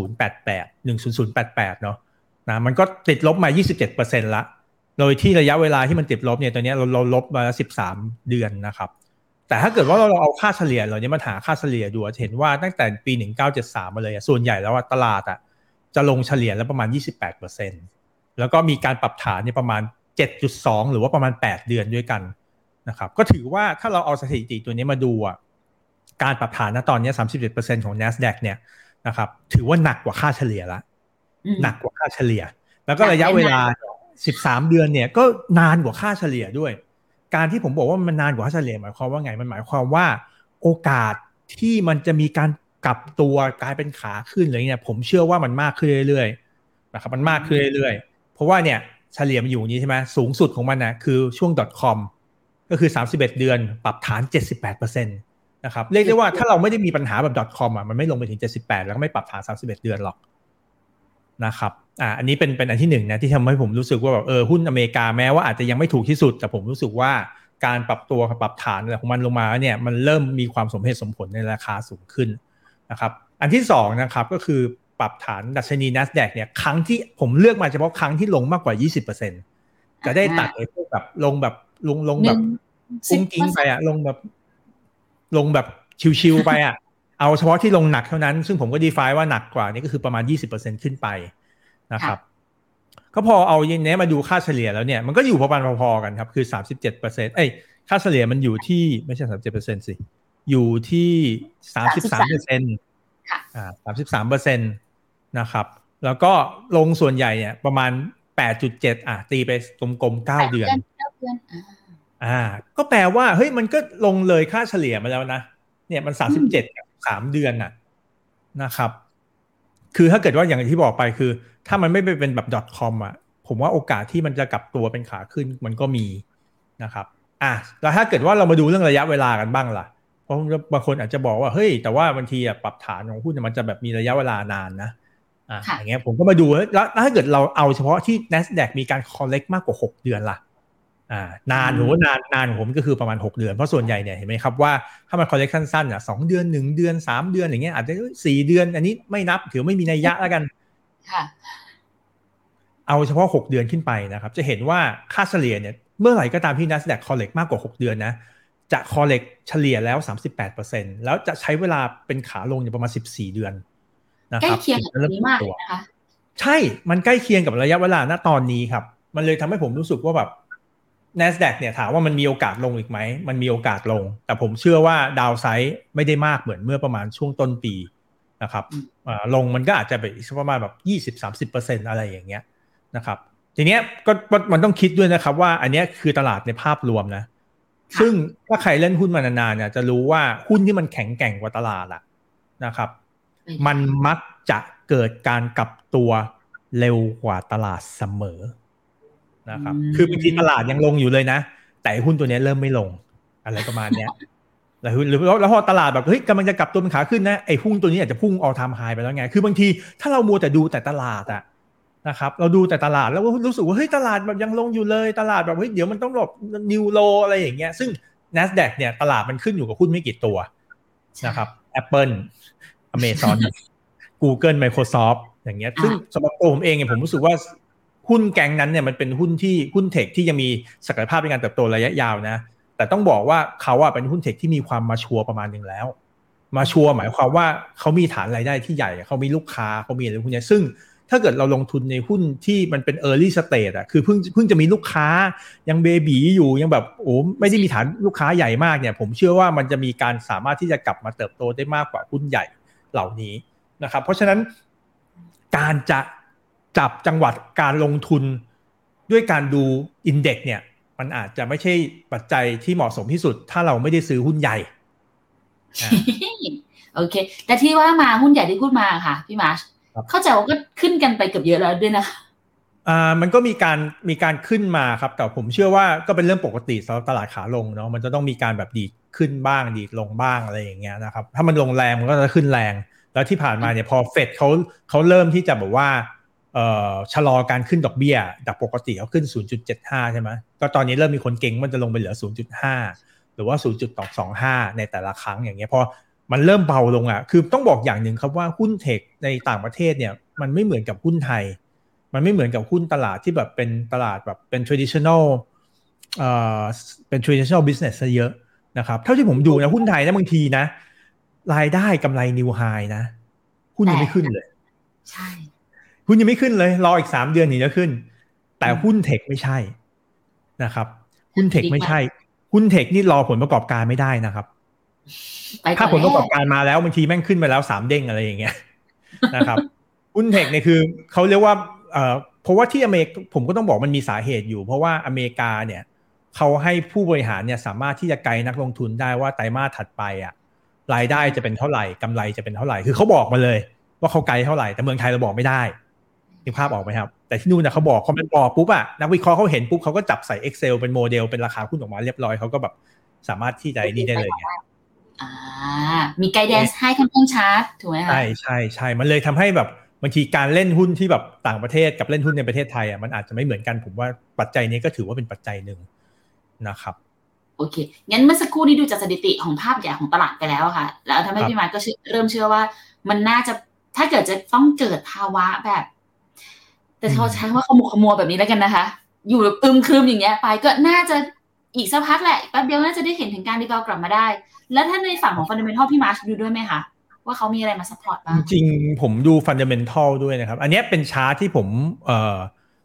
1088เนาะนะมันก็ติดลบมา 27% ละโดยที่ระยะเวลาที่มันติดลบเนี่ยตอนนี้เราลบมา13เดือนนะครับแต่ถ้าเกิดว่าเราเอาค่าเฉลี่ยเราเนี่ยมาหาค่าเฉลี่ยดูจะเห็นว่าตั้งแต่ปี1973มาเลยส่วนใหญ่แล้วตลาดจะลงเฉลี่ยแล้วประมาณ 28% แล้วก็มีการปรับฐานเนี่ยประมาณ 7.2 หรือว่าประมาณ8เดือนด้วยกันนะครับก็ถือว่าถ้าเราเอาสถิติตัวนี้มาดูการปรับฐานณตอนนี้ 37% ของ NASDAQ เนี่ยนะครับถือว่าหนักกว่าค่าเฉลี่ยละหนักกว่าค่าเฉลี่ยแล้วก็ระยะเวลา13เดือนเนี่ยก็นานกว่าค่าเฉลี่ยด้วยการที่ผมบอกว่ามันนานกว่าค่าเฉลี่ยหมายความว่าไงมันหมายความว่าโอกาสที่มันจะมีการกลับตัวกลายเป็นขาขึ้นอะไรเนี่ยผมเชื่อว่ามันมากขึ้นเรื่อยๆนะครับมันมากขึ้นเรื่อยๆเพราะว่าเนี่ยเฉลี่ยมันอยู่อย่างนี้ใช่ไหมสูงสุดของมันนะคือช่วง .com ก็คือ31เดือนปรับฐาน 78% นะครับเรียกได้ว่าถ้าเราไม่ได้มีปัญหาแบบ .com มันไม่ลงไปถึง78แล้วก็ไม่ปรับฐาน31เดือนหรอกนะครับอันนี้เป็นอันที่1นะที่ทำให้ผมรู้สึกว่าแบบหุ้นอเมริกาแม้ว่าอาจจะยังไม่ถูกที่สุดแต่ผมรู้สึกว่าการปรับตัวปรับฐานอะไรของมันลงมาเนี่ยมันเริ่มมีความสมเหตุสมผลในราคาสูงขึ้นนะครับอันที่2นะครับก็คือปรับฐานดัชนี NASDAQ เนี่ยครั้งที่ผมเลือกมาเฉพาะครั้งที่ลงมากกว่า 20% จะได้ตัดไอ้พวกแบบลงแบบลงแบบกุ้งกิ้งไปลงแบบชิวๆไปเอาเฉพาะที่ลงหนักเท่านั้นซึ่งผมก็ define ว่าหนักกว่านี่ก็คือประมาณ 20% ขึ้นไปนะครับก็พอเอาเนี้ยมาดูค่าเฉลี่ยแล้วเนี่ยมันก็อยู่ประมาณพอๆกันครับคือ 37%ค่าเฉลี่ยมันอยู่ที่ไม่ใช่ 37% สิอยู่ที่ 33% ค่ะ 33% นะครับแล้วก็ลงส่วนใหญ่เนี่ยประมาณ 8.7 ตีไปกลมๆ9 เดือนก็แปลว่าเฮ้ยมันก็ลงเลยค่าเฉลี่ยมาแล้วนะเนี่ยมัน37กับ3 เดือนนะครับคือถ้าเกิดว่าอย่างที่บอกไปคือถ้ามันไม่ไปเป็นแบบ .com ผมว่าโอกาสที่มันจะกลับตัวเป็นขาขึ้นมันก็มีนะครับแล้วถ้าเกิดว่าเรามาดูเรื่องระยะเวลากันบ้างล่ะเพราะบางคนอาจจะบอกว่าเฮ้ยแต่ว่าบางทีปรับฐานของหุ้นมันจะแบบมีระยะเวลานานนะอย่างเงี้ยผมก็มาดูแล้วถ้าเกิดเราเอาเฉพาะที่ NASDAQ มีการ collect มากกว่า6 เดือนล่ะนานหรือว่านานของผมก็คือประมาณ6 เดือนเพราะส่วนใหญ่เนี่ยเห็นไหมครับว่าถ้ามัน collect สั้นๆ2 เดือน1 เดือน3 เดือนอย่างเงี้ยอาจจะ4 เดือนอันนี้ไม่นับถือไม่มีนัยยะแล้วกันเอาเฉพาะ6 เดือนขึ้นไปนะครับจะเห็นว่าค่าเฉลี่ยเนี่ยเมื่อไหร่ก็ตามที่ NASDAQ collect มากกว่า6 เดือนนะจะ collect เฉลี่ยแล้ว 38% แล้วจะใช้เวลาเป็นขาลงอยู่ประมาณ14 เดือนนะครับใกล้เคียงกับนี้มากนะคะใช่มันใกล้เคียงกับระยะเวลาณตอนนี้ครับมันเลยทำให้ผมรู้สึกว่าแบบ NASDAQ เนี่ยถามว่ามันมีโอกาสลงอีกไหมมันมีโอกาสลงแต่ผมเชื่อว่าดาวไซด์ไม่ได้มากเหมือนเมื่อประมาณช่วงต้นปีนะครับลงมันก็อาจจะไปประมาณแบบ 20-30% อะไรอย่างเงี้ยนะครับทีเนี้ยก็มันต้องคิดด้วยนะครับว่าอันเนี้ยคือตลาดในภาพรวมนะซึ่งถ้าใครเล่นหุ้นมานานๆเนี่ยจะรู้ว่าหุ้นที่มันแข็งแกร่งกว่าตลาดนะครับมันมักจะเกิดการกลับตัวเร็วกว่าตลาดเสมอนะครับคือบางทีตลาดยังลงอยู่เลยนะแต่หุ้นตัวนี้เริ่มไม่ลงอะไรประมาณเนี้ยแล้วพอตลาดแบบเฮ้ยกำลังจะกลับตัวเป็นขาขึ้นนะไอ้หุ้นตัวนี้อาจจะพุ่ง all time high ไปแล้วไงคือบางทีถ้าเรามัวแต่ดูแต่ตลาดนะครับเราดูแต่ตลาดแล้วรู้สึกว่าเฮ้ยตลาดแบบยังลงอยู่เลยตลาดแบบเฮ้ยเดี๋ยวมันต้องหลบ new low อะไรอย่างเงี้ยซึ่ง NASDAQ เนี่ยตลาดมันขึ้นอยู่กับหุ้นไม่กี่ตัวนะครับ Apple Amazon Google Microsoft อย่างเงี้ยซึ่งสำหรับตัวผมเองเนี่ยผมรู้สึกว่าหุ้นแก๊งนั้นเนี่ยมันเป็นหุ้นเทคที่ยังมีศักยภาพในการเติบโตระยะยาวนะแต่ต้องบอกว่าเขาเป็นหุ้นเทคที่มีความมาชัวร์ประมาณนึงแล้วมาชัวร์หมายความว่าเขามีฐานรายได้ที่ใหญ่เขามีลูกค้าเขามีอะไรพวกนี้ซึ่งถ้าเกิดเราลงทุนในหุ้นที่มันเป็น early stage คือเพิ่งจะมีลูกค้ายังเบบีอยู่ยังแบบไม่ได้มีฐานลูกค้าใหญ่มากเนี่ยผมเชื่อว่ามันจะมีการสามารถที่จะกลับมาเติบโตได้มากกว่าหุ้นใหญ่เหล่านี้นะครับเพราะฉะนั้นการจะจับจังหวะการลงทุนด้วยการดูอินเด็กซ์เนี่ยมันอาจจะไม่ใช่ปัจจัยที่เหมาะสมที่สุดถ้าเราไม่ได้ซื้อหุ้นใหญ่โอเคแต่ที่ว่ามาหุ้นใหญ่ที่พูดมาค่ะพี่มาร์ชเข้าใจว่าก็ขึ้นกันไปเกือบเยอะแล้วด้วยนะมันก็มีการขึ้นมาครับแต่ผมเชื่อว่าก็เป็นเรื่องปกติสำหรับตลาดขาลงเนาะมันจะต้องมีการแบบดีดขึ้นบ้างดีดลงบ้างอะไรอย่างเงี้ยนะครับถ้ามันลงแรงมันก็จะขึ้นแรงแล้วที่ผ่านมาเนี่ยพอเฟดเขาเริ่มที่จะแบบว่าชะลอการขึ้นดอกเบี้ยจากปกติเขาขึ้น 0.75 ใช่ไหมก็ตอนนี้เริ่มมีคนเก่งมันจะลงไปเหลือ 0.5 หรือว่า 0.25 ในแต่ละครั้งอย่างเงี้ยพอมันเริ่มเบาลงคือต้องบอกอย่างหนึ่งครับว่าหุ้นเทคในต่างประเทศเนี่ยมันไม่เหมือนกับหุ้นไทยมันไม่เหมือนกับหุ้นตลาดที่แบบเป็นตลาดแบบเป็น traditional business ซะเยอะนะครับเท่าที่ผมดูนะหุ้นไทยนะบางทีนะรายได้กำไร new high นะหุ้นยังไม่ขึ้นเลยใช่หุ้นยังไม่ขึ้นเลยรออีก3 เดือนถึงจะขึ้นแต่หุ้นเทคไม่ใช่นะครับหุ้นเทคไม่ใช่หุ้นเทคนี่รอผลประกอบการไม่ได้นะครับถ้าผลประกอบการมาแล้วบางทีแม่งขึ้นไปแล้ว3 เด้งอะไรอย่างเงี้ยนะครับหุ้นเทคเนี่ยคือเขาเรียกว่าเพราะว่าที่อเมริกาผมก็ต้องบอกมันมีสาเหตุอยู่เพราะว่าอเมริกาเนี่ยเขาให้ผู้บริหารเนี่ยสามารถที่จะไกด์นักลงทุนได้ว่าไตรมาสถัดไปรายได้จะเป็นเท่าไหร่กำไรจะเป็นเท่าไหร่คือเขาบอกมาเลยว่าเขาไกด์เท่าไหร่แต่เมืองไทยเราบอกไม่ได้มีภาพออกไหมครับแต่ที่นู่นนะเขาบอกเขาเป็นบอกปุ๊บนักวิเคราะห์เขาเห็นปุ๊บเขาก็จับใส่ Excel เป็นโมเดลเป็นราคาหุ้นออกมาเรียบร้อยเขาก็แบบสามารถที่จะนี่ได้เลยมีไกด์แดนซ์ให้ค่อนข้างชัดถูกไหมคะใช่มันเลยทำให้แบบบางทีการเล่นหุ้นที่แบบต่างประเทศกับเล่นหุ้นในประเทศไทยมันอาจจะไม่เหมือนกันผมว่าปัจจัยนี้ก็ถือว่าเป็นปัจจัยหนึ่งนะครับโอเคงั้นเมื่อสักครู่นี้ดูจากสถิติของภาพใหญ่ของตลาดไปแล้วค่ะแล้วทำให้พี่มาร์คก็เริ่มเชื่อว่ามันน่าจะถ้าเกิดจะต้องเกิดภาวะแบบแต่เขาใช้ว่าขมุกขมัวแบบนี้แล้วกันนะคะอยู่อึมครึมอย่างเงี้ยไปก็น่าจะอีกสักพักแหละแป๊บเดียวน่าจะได้เห็นถึงการรีบาวกลับมาได้แล้วถ้าในฝั่งของ fundamental พี่มาร์คดูด้วยไหมคะว่าเขามีอะไรมาซัพพอร์ตบ้างจริงๆผมดู fundamental ด้วยนะครับอันนี้เป็นชาร์ตที่ผม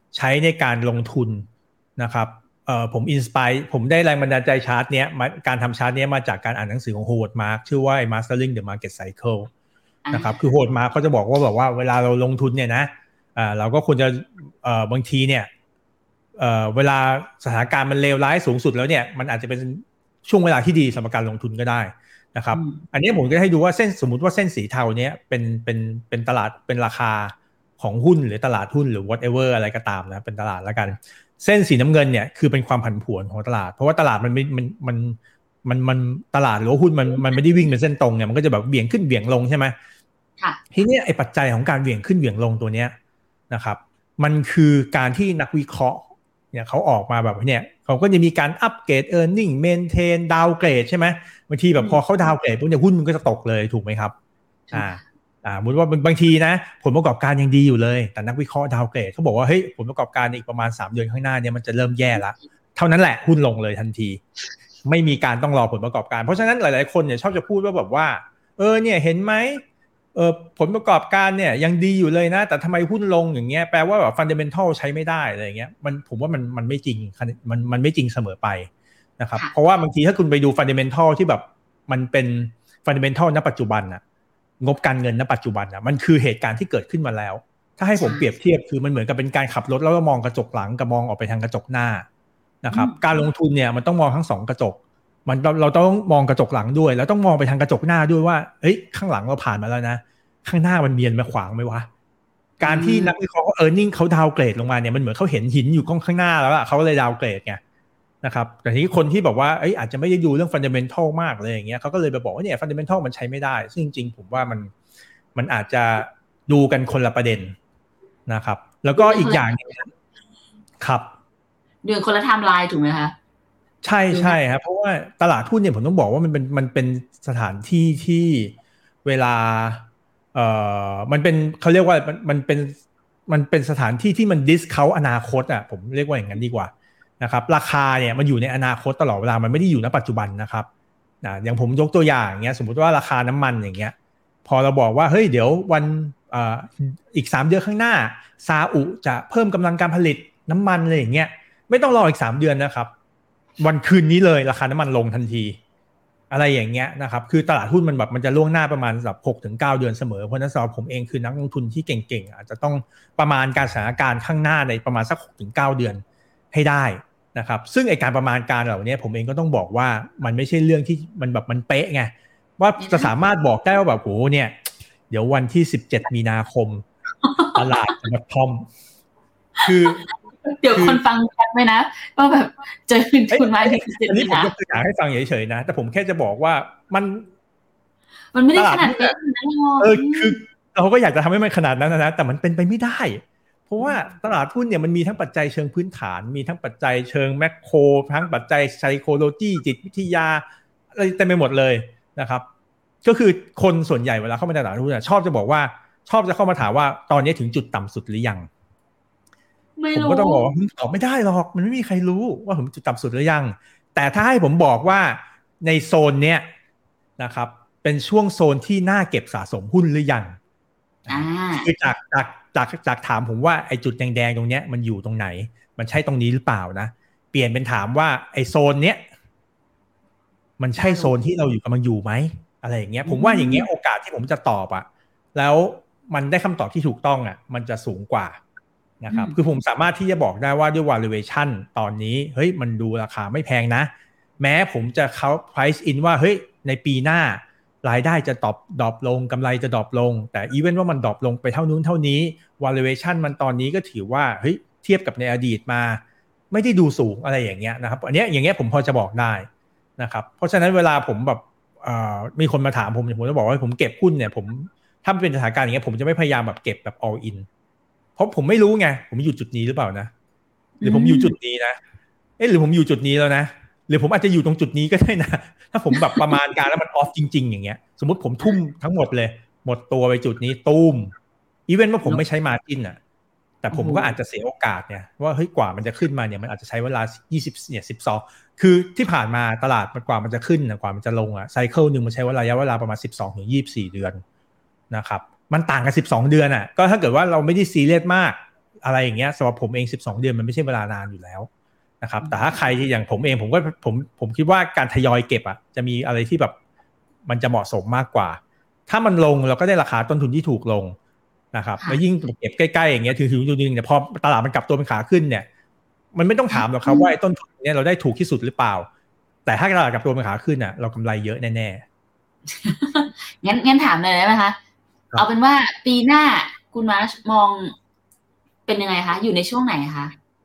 ใช้ในการลงทุนนะครับผมอินสไปร์ผมได้แรงบันดาลใจชาร์ตเนี้ยการทำชาร์ตเนี้ยมาจากการอ่านหนังสือของโฮเวิร์ดมาร์กชื่อว่า Mastering the Market Cycle นะครับคือโฮเวิร์ดมาร์กเขาจะบอกว่าแบบว่าเวลาเราลงทุนเนี่ยนะเราก็ควรจะบางทีเนี่ยเวลาสถานการณ์มันเลวร้ายสูงสุดแล้วเนี่ยมันอาจจะเป็นช่วงเวลาที่ดีสำหรับการลงทุนก็ได้นะครับอันนี้ผมก็ให้ดูว่าเส้นสมมุติว่าเส้นสีเทาเนี้ยเป็นตลาดเป็นราคาของหุ้นหรือตลาดหุ้นหรือ whatever อะไรก็ตามนะเป็นตลาดแล้วกันเส้นสีน้ำเงินเนี่ยคือเป็นความผันผวนของตลาดเพราะว่าตลาดมันตลาดหรือว่าหุ้นมันไม่ได้วิ่งเป็นเส้นตรงเนี่ยมันก็จะแบบเบี่ยงขึ้นเบี่ยงลงใช่ไหมค่ะทีนี้ไอ้ปัจจัยของการเบี่ยงขึ้นเบี่ยงลงตัวเนี้ยนะครับมันคือการที่นักวิเคราะห์เนี่ยเขาออกมาแบบเนี่ยเขาก็จะมีการอัปเกรด earning maintain ดาวเกรดใช่ไหมบางทีแบบพอเขาดาวเกรดปุ๊บเนี่ยหุ้นมันก็จะตกเลยถูกไหมครับสมมติว่าบางทีนะผลประกอบการยังดีอยู่เลยแต่นักวิเคราะห์ดาวเกรดเขาบอกว่าเฮ้ยผลประกอบการอีกประมาณ3เดือนข้างหน้าเนี่ยมันจะเริ่มแย่ละเท่านั้นแหละหุ้นลงเลยทันทีไม่มีการต้องรอผลประกอบการเพราะฉะนั้นหลายๆคนเนี่ยชอบจะพูดว่าแบบว่าเนี่ยเห็นไหมผลประกอบการเนี่ยยังดีอยู่เลยนะแต่ทำไมหุ้นลงอย่างเงี้ยแปลว่าแบบฟันเดเมนทัลใช้ไม่ได้อะไรอย่างเงี้ยผมว่ามันไม่จริงมันไม่จริงเสมอไปนะครับเพราะว่าบางทีถ้าคุณไปดูฟันเดเมนทัลที่แบบมันเป็นฟันเดเมนทัลณปัจจุบันนะงบการเงินณปัจจุบันนะมันคือเหตุการณ์ที่เกิดขึ้นมาแล้วถ้าให้ผมเปรียบเทียบคือมันเหมือนกับเป็นการขับรถแล้วมองกระจกหลังกับมองออกไปทางกระจกหน้านะครับการลงทุนเนี่ยมันต้องมองทั้ง2กระจกเราต้องมองกระจกหลังด้วยแล้วต้องมองไปทางกระจกหน้าด้วยว่าเฮ้ยข้างหลังเราผ่านมาแล้วนะข้างหน้ามันเมียนมาขวางไหมวะการที่นักวิเคราะห์earning เขาดาวเกรดลงมาเนี่ยมันเหมือนเขาเห็นหินอยู่ข้างหน้าแล้วอะเขาเลยดาวเกรดไงนะครับแต่ทีนี้คนที่บอกว่าอาจจะไม่ได้ดูเรื่อง fundamental มากเลยอย่างเงี้ยเขาก็เลยไปบอกว่าเนี่ย fundamental มันใช้ไม่ได้ซึ่งจริงๆผมว่ามันอาจจะดูกันคนละประเด็นนะครับแล้วก็อีกอย่างนึงครับดูคนละไทม์ไลน์ถูกไหมคะใช่ครับเพราะว่าตลาดหุ้นเนี่ยผมต้องบอกว่ามันเป็นสถานที่ที่เวลามันเป็นเขาเรียกว่ามันเป็นสถานที่ที่มันดิสเคาท์อนาคตอ่ะผมเรียกว่าอย่างนั้นดีกว่านะครับราคาเนี่ยมันอยู่ในอนาคตตลอดเวลามันไม่ได้อยู่ณปัจจุบันนะครับอย่างผมยกตัวอย่างเงี้ยสมมุติว่าราคาน้ำมันอย่างเงี้ยพอเราบอกว่าเฮ้ยเดี๋ยววันอีก3เดือนข้างหน้าซาอุจะเพิ่มกำลังการผลิตน้ำมันอะไรอย่างเงี้ยไม่ต้องรออีก3เดือนนะครับวันคืนนี้เลยราคาน้ำมันลงทันทีอะไรอย่างเงี้ยนะครับคือตลาดหุ้นมันจะล่วงหน้าประมาณแบบ 6-9 เดือนเสมอเพราะนั้นสำหรับผมเองคือนักลงทุนที่เก่งๆอาจจะต้องประมาณการสถานการณ์ข้างหน้าในประมาณสัก 6-9 เดือนให้ได้นะครับซึ่งไอ้การประมาณการเหล่านี้ผมเองก็ต้องบอกว่ามันไม่ใช่เรื่องที่มันเป๊ะไงว่าจะสามารถบอกได้ว่าแบบโหเนี่ยเดี๋ยววันที่17มีนาคมตลาดจะพร้อมคือเดี๋ยวคนฟังกันไหมนะว่าแบบเจอคุณมาที่อันนี้ผมยกตัวอย่างให้ฟังเฉยๆนะแต่ผมแค่จะบอกว่ามันไม่ได้ขนาดนั้นคือเราก็อยากจะทำให้มันขนาดนั้นนะแต่มันเป็นไปไม่ได้เพราะว่าตลาดหุ้นเนี่ยมันมีทั้งปัจจัยเชิงพื้นฐานมีทั้งปัจจัยเชิงแมคโครทั้งปัจจัยไซโคโลจีจิตวิทยาอะไรเต็มไปหมดเลยนะครับก็คือคนส่วนใหญ่เวลาเข้ามาในตลาดหุ้นชอบจะบอกว่าชอบจะเข้ามาถามว่าตอนนี้ถึงจุดต่ำสุดหรือยังผมก็ต้องบอกว่าตอบไม่ได้หรอกมันไม่มีใครรู้ว่าผมจุดต่ำสุดหรือยังแต่ถ้าให้ผมบอกว่าในโซนเนี้ยนะครับเป็นช่วงโซนที่น่าเก็บสะสมหุ้นหรือยังคือจากถามผมว่าไอ้จุดแดงๆตรงเนี้ยมันอยู่ตรงไหนมันใช่ตรงนี้หรือเปล่านะเปลี่ยนเป็นถามว่าไอ้โซนเนี้ยมันใช่โซนที่เราอยู่กำลังอยู่ไหมอะไรอย่างเงี้ยผมว่าอย่างเงี้ยโอกาสที่ผมจะตอบอะแล้วมันได้คำตอบที่ถูกต้องอะมันจะสูงกว่านะครับคือผมสามารถที่จะบอกได้ว่าด้วย valuation ตอนนี้เฮ้ยมันดูราคาไม่แพงนะแม้ผมจะเข้า price in ว่าเฮ้ยในปีหน้ารายได้จะดรอปลงกำไรจะดรอปลงแต่อีเวนต์ว่ามันดรอปลงไปเท่านู้นเท่านี้ valuation มันตอนนี้ก็ถือว่าเฮ้ยเทียบกับในอดีตมาไม่ได้ดูสูงอะไรอย่างเงี้ยนะครับอันเนี้ยอย่างเงี้ยผมพอจะบอกได้นะครับเพราะฉะนั้นเวลาผมแบบมีคนมาถามผมจะบอกว่าผมเก็บหุ้นเนี่ยผมถ้าเป็นสถานการณ์อย่างเงี้ยผมจะไม่พยายามแบบเก็บแบบ all inเพราะผมไม่รู้ไงผมอยู่จุดนี้หรือเปล่านะหรือผมอยู่จุดนี้นะหรือผมอยู่จุดนี้แล้วนะหรือผมอาจจะอยู่ตรงจุดนี้ก็ได้นะถ้าผมแบบประมาณการแล้วมันออฟจริงๆอย่างเงี้ยสมมติผมทุ่มทั้งหมดเลยหมดตัวไปจุดนี้ตูมอีเวนต์ว่าผมไม่ใช้มาร์จิ้นอ่ะแต่ผมก็อาจจะเสียโอกาสเนี่ยว่าเฮ้ยกว่ามันจะขึ้นมาเนี่ยมันอาจจะใช้เวลา20เนี่ย12คือที่ผ่านมาตลาดมันกว่ามันจะขึ้นกว่ามันจะลงอ่ะไซเคิลนึงมันใช้ระยะเวลาประมาณ12ถึง24เดือนนะครับมันต่างกัน12เดือนอ่ะก็ถ้าเกิดว่าเราไม่ได้ซีเรียสมากอะไรอย่างเงี้ยสำหรับผมเอง12เดือนมันไม่ใช่เวลานานอยู่แล้วนะครับแต่ถ้าใครอย่างผมเองผมคิดว่าการทยอยเก็บอ่ะจะมีอะไรที่แบบมันจะเหมาะสมมากกว่าถ้ามันลงเราก็ได้ราคาต้นทุนที่ถูกลงนะครับแล้วยิ่งเก็บใกล้ๆอย่างเงี้ยถึงจุดนึงเนี่ยพอตลาดมันกลับตัวเป็นขาขึ้นเนี่ยมันไม่ต้องถามหรอกครับว่าไอ้ต้นทุนเนี่ยเราได้ถูกที่สุดหรือเปล่าแต่ถ้าตลาดกลับตัวเป็นขาขึ้นอ่ะเรากำไรเยอะแน่ๆงั้นถามเลยได้ไหมคะเอาเป็นว่าปีหน้าคุณมาร์ชมองเป็นยังไงคะอยู่ในช่วงไหนคะ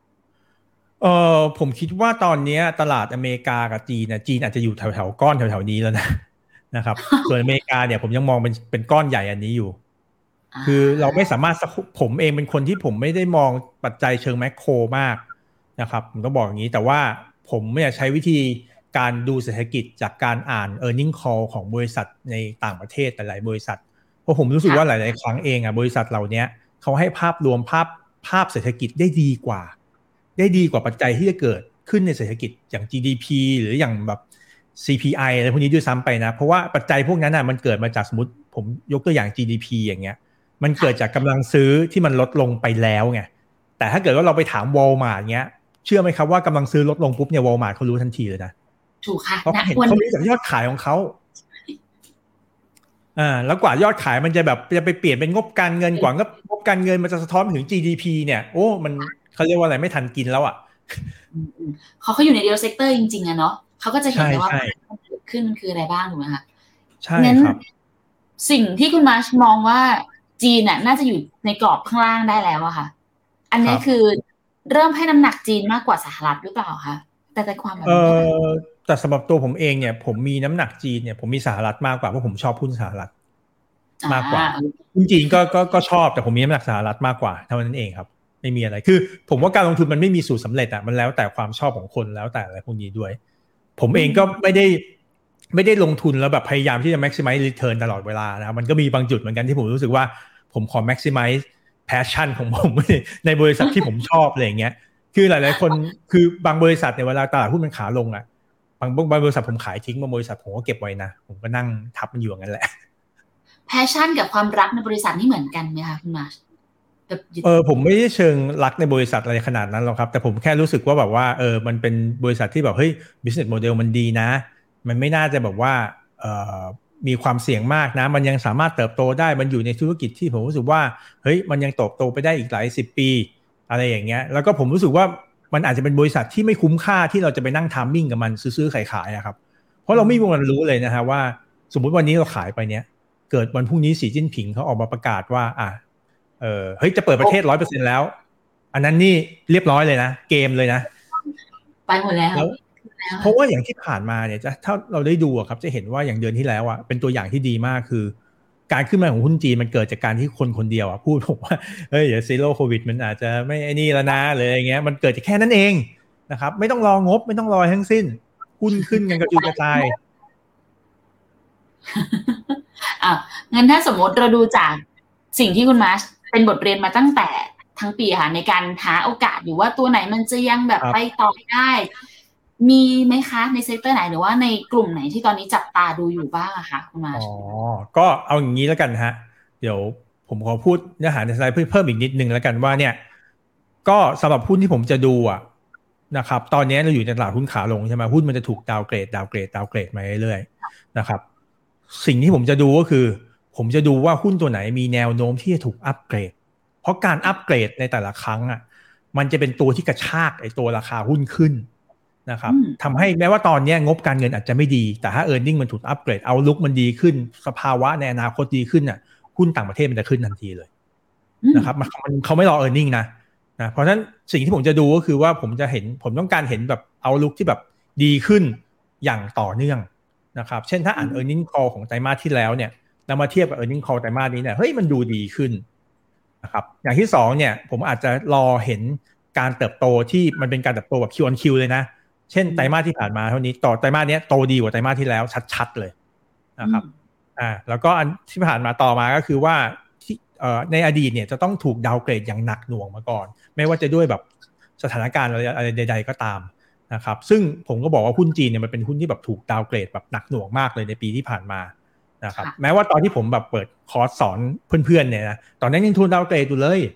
ผมคิดว่าตอนนี้ตลาดอเมริกากับจีนนะจีนอาจจะอยู่แถวๆก้อนแถวๆนี้แล้วนะครับส่วนอเมริกาเนี่ยผมยังมองเป็นก้อนใหญ่อันนี้อยู่คือเราไม่สามารถผมเองเป็นคนที่ผมไม่ได้มองปัจจัยเชิงแมคโครมากนะครับผมต้องบอกอย่างนี้แต่ว่าผมเนี่ยใช้วิธีการดูเศรษฐกิจจากการอ่าน earning call ของบริษัทในต่างประเทศหลายๆบริษัทเพราะผมรู้สึกว่าหลายๆครั้งเองอ่ะบริษัทเหล่านี้เขาให้ภาพรวมภาพเศรษฐกิจได้ดีกว่าปัจจัยที่จะเกิดขึ้นในเศรษฐกิจอย่าง GDP หรืออย่างแบบ CPI อะไรพวกนี้ด้วยซ้ำไปนะเพราะว่าปัจจัยพวกนั้นน่ะมันเกิดมาจากสมมติผมยกตัวอย่าง GDP อย่างเงี้ยมันเกิดจากกำลังซื้อที่มันลดลงไปแล้วไงแต่ถ้าเกิดว่าเราไปถาม Walmart เงี้ยเชื่อไหมครับว่ากำลังซื้อลดลงปุ๊บเนี่ย Walmart เขารู้ทันทีเลยนะถูกค่ะเขาเห็นเขารู้จากยอดขายของเขาแล้วกว่ายอดขายมันจะแบบจะไปเปลี่ยนเป็นงบการเงินกว่างบการเงินมันจะสะท้อนถึง GDP เนี่ยโอ้มันเขาเรียกว่าอะไรไม่ทันกินแล้วอ่ะเขาอยู่ในเดียวเซกเตอร์จริงๆอะเนาะเขาก็จะเห็นได้ว่ามันเกิดขึ้นคืออะไรบ้างถูกไหมคะใช่ครับสิ่งที่คุณมาร์ชมองว่าจีนน่าจะอยู่ในกรอบข้างล่างได้แล้วอะค่ะอันนี้คือเริ่มให้น้ำหนักจีนมากกว่าสหรัฐหรือเปล่าคะแต่ใจความแบบนี้แต่สำหรับตัวผมเองเนี่ยผมมีน้ำหนักจีนเนี่ยผมมีสหรัฐมากกว่าเพราะผมชอบหุ้นสหรัฐมากกว่าหุ้นจีนก็ชอบแต่ผมมีน้ำหนักสหรัฐมากกว่าเท่านั้นเองครับไม่มีอะไรคือผมว่าการลงทุนมันไม่มีสูตรสำเร็จอ่ะมันแล้วแต่ความชอบของคนแล้วแต่อะไรพวกนี้ด้วยผมเองก็ไม่ได้ลงทุนแล้วแบบพยายามที่จะ maximize return ตลอดเวลานะมันก็มีบางจุดเหมือนกันที่ผมรู้สึกว่าผมขอ maximize passion ของผมในบริษัทที่ผมชอบอะไรอย่างเงี้ยคือหลายๆคนคือบางบริษัทเนี่ยเวลาตลาดหุ้นมันขาลงอ่ะบางบริษัทผมขายทิ้งบางบริษัทผมก็เก็บไว้นะผมก็นั่งทับมันอยู่อย่างนั้นแหละแพชชั่นกับความรักในบริษัทนี่เหมือนกันไหมคะคุณมาร์ชผมไม่ได้เชิงรักในบริษัทอะไรขนาดนั้นหรอกครับแต่ผมแค่รู้สึกว่าแบบว่ามันเป็นบริษัทที่แบบเฮ้ย business model มันดีนะมันไม่น่าจะแบบว่ามีความเสี่ยงมากนะมันยังสามารถเติบโตได้มันอยู่ในธุรกิจที่ผมรู้สึกว่าเฮ้ยมันยังเติบโตไปได้อีกหลาย10 ปีอะไรอย่างเงี้ยแล้วก็ผมรู้สึกว่ามันอาจจะเป็นบริษัทที่ไม่คุ้มค่าที่เราจะไปนั่งทามมิ่งกับมันซื้อขายๆครับเพราะเราไม่มีวันรู้เลยนะฮะว่าสมมุติวันนี้เราขายไปเนี้ยเกิดวันพรุ่งนี้สีจิ้นผิงเขาออกมาประกาศว่าเฮ้ยจะเปิดประเทศ 100% แล้วอันนั้นนี่เรียบร้อยเลยนะเกมเลยนะไปหมดแล้วเพราะว่าอย่างที่ผ่านมาเนี่ยถ้าเราได้ดูครับจะเห็นว่าอย่างเดือนที่แล้วอ่ะเป็นตัวอย่างที่ดีมากคือการขึ้นมาของหุ้นจีนมันเกิดจากการที่คนเดียวอ่ะพูดบอกว่าเฮ้ยเดี๋ยวซีโร่โควิดมันอาจจะไม่ไอ้นี่แล้วนะเลยอย่างเงี้ยมันเกิดจากแค่นั้นเองนะครับไม่ต้องรองบไม่ต้องรอทั้งสิ้นหุ้นขึ้นกันกระจุยกระจายงั้นถ้าสมมติเราดูจากสิ่งที่คุณมาร์ชเป็นบทเรียนมาตั้งแต่ทั้งปีค่ะในการหาโอกาสอยู่ว่าตัวไหนมันจะยังแบบไปต่อได้มีไหมคะในเซกเตอร์ไหนหรือว่าในกลุ่มไหนที่ตอนนี้จับตาดูอยู่บ้างอะคะคุณมาร์ชก็เอาอย่างนี้แล้วกันฮะเดี๋ยวผมขอพูดเนื้อหาในสไลด์เพิ่มอีกนิดนึงแล้วกันว่าเนี่ยก็สำหรับหุ้นที่ผมจะดูนะครับตอนนี้เราอยู่ในตลาดหุ้นขาลงใช่ไหมหุ้นมันจะถูกดาวเกรดมาเรื่อยๆนะครับสิ่งที่ผมจะดูก็คือผมจะดูว่าหุ้นตัวไหนมีแนวโน้มที่จะถูกอัปเกรดเพราะการอัปเกรดในแต่ละครั้งมันจะเป็นตัวที่กระชากไอ้ตัวราคาหุ้นขึ้นนะครับทำให้แม้ว่าตอนนี้งบการเงินอาจจะไม่ดีแต่ถ้า earning มันถูกอัปเกรดเอาลุกมันดีขึ้นสภาวะในอนาคตดีขึ้นหุ้นต่างประเทศมันจะขึ้นทันทีเลยนะครับเขาไม่รอ earning นะเพราะฉะนั้นสิ่งที่ผมจะดูก็คือว่าผมต้องการเห็นแบบเอาลุกที่แบบดีขึ้นอย่างต่อเนื่องนะครับเช่นถ้าอ่าน earning call ของไตรมาสที่แล้วเนี่ยแล้วมาเทียบกับ earning call ไตรมาสนี้เนี่ยเฮ้ยมันดูดีขึ้นนะครับอย่างที่2เนี่ยผมอาจจะรอเห็นการเติบโตที่มันเป็นการเติบโตแบบ Q on Q เลยนะเช่นไตรมาสที่ผ่านมาเท่านี้ต่อไตรมาสนี้โตดีกว่าไตรมาสที่แล้วชัดๆเลยนะครับแล้วก็อันที่ผ่านมาต่อมาก็คือว่าในอดีตเนี่ยจะต้องถูกดาวเกรดอย่างหนักหน่วงมาก่อนไม่ว่าจะด้วยแบบสถานการณ์อะไรใดๆก็ตามนะครับซึ่งผมก็บอกว่าหุ้นจีนเนี่ยมันเป็นหุ้นที่แบบถูกดาวเกรดแบบหนักหน่วงมากเลยในปีที่ผ่านมานะครับแม้ว่าตอนที่ผมแบบเปิดคอร์สสอนเพื่อนๆเนี่ยนะตอนนั้นยังทุนดาวเกรดอยู่เลย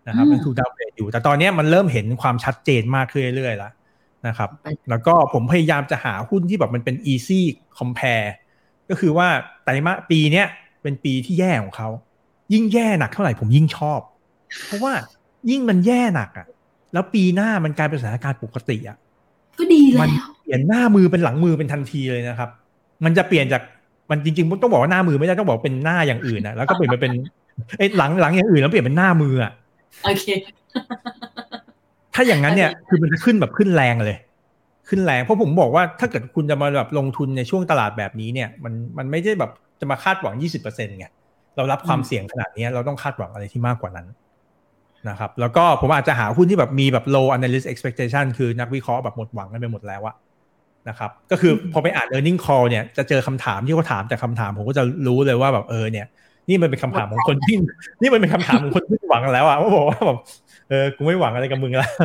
นะครับยังถูกดาวน์เกรดอยู่แต่ตอนนี้มันเริ่มเห็นความชัดเจนมากขึ้นเรื่อยๆแล้วนะครับแล้วก็ผมพยายามจะหาหุ้นที่แบบมันเป็น easy compare ก็คือว่าไตรมาสปีเนี้ยเป็นปีที่แย่ของเขายิ่งแย่หนักเท่าไหร่ผมยิ่งชอบเพราะว่ายิ่งมันแย่หนักอ่ะแล้วปีหน้ามันกลายเป็นสถานการณ์ปกติอ่ะก็ดีแล้วมันเปลี่ยนหน้ามือเป็นหลังมือเป็นทันทีเลยนะครับมันจะเปลี่ยนจากมันจริงๆต้องบอกว่าหน้ามือไม่ได้ต้องบอกเป็นหน้าอย่างอื่นนะแล้วก็เปลี่ยนมาเป็นหลังอย่างอื่นแล้วเปลี่ยนเป็นหน้ามืออ่ะโอเคถ้าอย่างนั้นเนี่ยคือมันจะขึ้นแบบขึ้นแรงเลยขึ้นแรงเพราะผมบอกว่าถ้าเกิดคุณจะมาแบบลงทุนในช่วงตลาดแบบนี้เนี่ยมันไม่ได้แบบจะมาคาดหวัง 20% ไงเรารับความเสี่ยงขนาดนี้เราต้องคาดหวังอะไรที่มากกว่านั้นนะครับแล้วก็ผมอาจจะหาหุ้นที่แบบมีแบบ low analyst expectation คือนักวิเคราะห์แบบหมดหวังกันไปหมดแล้วอะนะครับก็คือพอไปอ่าน earning call เนี่ยจะเจอคำถามที่เขาถามแต่คำถามผมก็จะรู้เลยว่าแบบเนี่ยนี่มันเป็นคำถามของคนที่นี่มันเป็นคำถามของคนที่หวังแล้วอะว่าบอกว่าแบบกูไม่หวังอะไรกับมึงแล้ว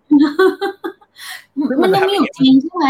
มันยังมีอยู่จริงใช่ไหม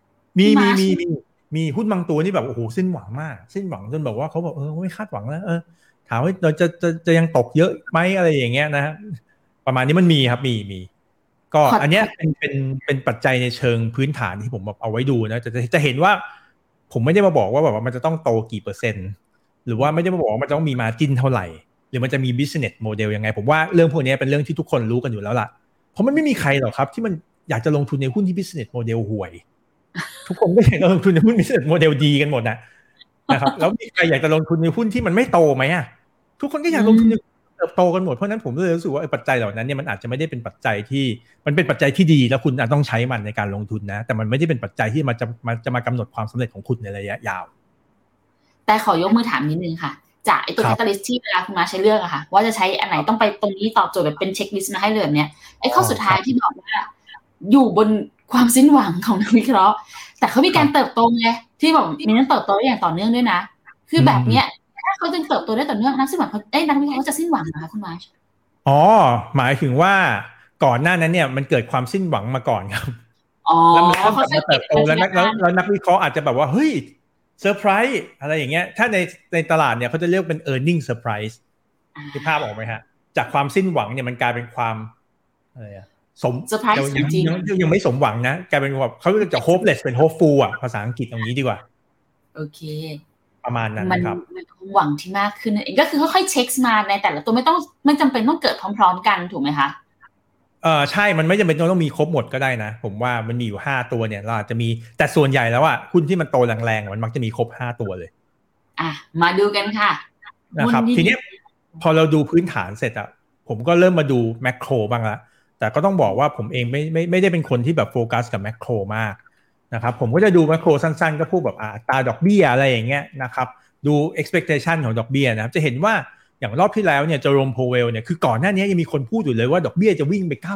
มีหุ้นบางตัวนี่แบบโอ้โหสิ้นหวังมากสิ้นหวังจนแบบว่าเขาบอกไม่คาดหวังแล้วถามว่าเราจะยังตกเยอะไหมอะไรอย่างเงี้ยนะประมาณนี้มันมีครับมีก็อันเนี้ยเป็นปัจจัยในเชิงพื้นฐานที่ผมแบบเอาไว้ดูนะจะเห็นว่าผมไม่ได้มาบอกว่าแบบว่ามันจะต้องโตกี่เปอร์เซ็นต์หรือว่าไม่ได้มาบอกว่ามันจะต้องมีมาร์จิ้นเท่าไหร่หรือมันจะมี business model ยังไงผมว่าเรื่องพวกนี้เป็นเรื่องที่ทุกคนรู้กันอยู่แล้วล่ะเพราะมันไม่มีใครหรอกครับที่มันอยากจะลงทุนในหุ้นที่ business model ห่วยทุกคนก็อยากจะลงทุนในหุ้น business model ดีกันหมดนะครับแล้วมีใครอยากจะลงทุนในหุ้นที่มันไม่โตไหมอ่ะทุกคนก็อยากลงทุนในเติบโตกันหมดเพราะนั้นผมเลยรู้สึกว่าปัจจัยเหล่านั้นเนี่ยมันอาจจะไม่ได้เป็นปัจจัยที่มันเป็นปัจจัยที่ดีแล้วคุณอาจต้องใช้มันในการลงทุนนะแต่มันไม่ได้เป็นปัจจัยที่จะมากำหนดความสำเร็จของคุณในระยะยาวแต่ขอยกมือถามนิดนึงค่ะจากไอ้ตัว catalyst ที่เวลาคุณมาใช้เลือกอะค่ะว่าจะใช้อันไหนต้องไปตรงนี้ตอบโจทย์แบบเป็นเช็คลิสต์มาให้เลยแบบเนี้ยไอ้ข้อสุดท้ายที่บอกว่าอยู่บนความสิ้นหวังของนักวิเคราะห์แต่เขามีการเติบโตไงที่แบบมีนั้นเติบโตอย่างต่อเนื่องด้วยนะคือแบบเนี้ยถ้าเขาจะเติบโตได้ต่อเนื่องนักสิ้นหวังเขานักวิเคราะห์เขาจะสิ้นหวังนะคะคุณมาชหมายถึงว่าก่อนหน้านั้นเนี่ยมันเกิดความสิ้นหวังมาก่อนครับแล้วมันเขาเติบโตแล้วนักวิเคราะห์อาจจะแบบว่าเฮ้ยเซอร์ไพรส์อะไรอย่างเงี้ยถ้าในตลาดเนี่ยเขาจะเรียกเป็น earning surprise ที่ภาพออกไหมฮะจากความสิ้นหวังเนี่ยมันกลายเป็นความอะไรสมยังไม่สมหวังนะกลายเป็นแบบเขาจะ hopeless เป็น hopeful อ่ะภาษาอังกฤษตรงนี้ดีกว่าโอเคประมาณนั้นนะครับมันหวังที่มากขึ้นเองก็คือค่อยๆเช็คมาในแต่ละตัวไม่จำเป็นต้องเกิดพร้อมๆกันถูกไหมคะใช่มันไม่จำเป็นต้องมีครบหมดก็ได้นะผมว่ามันมีอยู่5ตัวเนี่ยเราอาจจะมีแต่ส่วนใหญ่แล้วอ่ะหุ้นที่มันโตแรงๆมันมักจะมีครบ5ตัวเลยมาดูกันค่ะนะครับทีนี้พอเราดูพื้นฐานเสร็จอ่ะผมก็เริ่มมาดูแมคโครบ้างละแต่ก็ต้องบอกว่าผมเองไม่ได้เป็นคนที่แบบโฟกัสกับแมคโครมากนะครับผมก็จะดูแมคโครสั้นๆก็พูดแบบอัตราดอกเบี้ยอะไรอย่างเงี้ยนะครับดู expectation ของดอกเบี้ยนะครับจะเห็นว่าอย่างรอบที่แล้วเนี่ยเจอโรมโพเวลเนี่ยคือก่อนหน้านี้ยังมีคนพูดอยู่เลยว่าดอกเบี้ยจะวิ่งไป 9%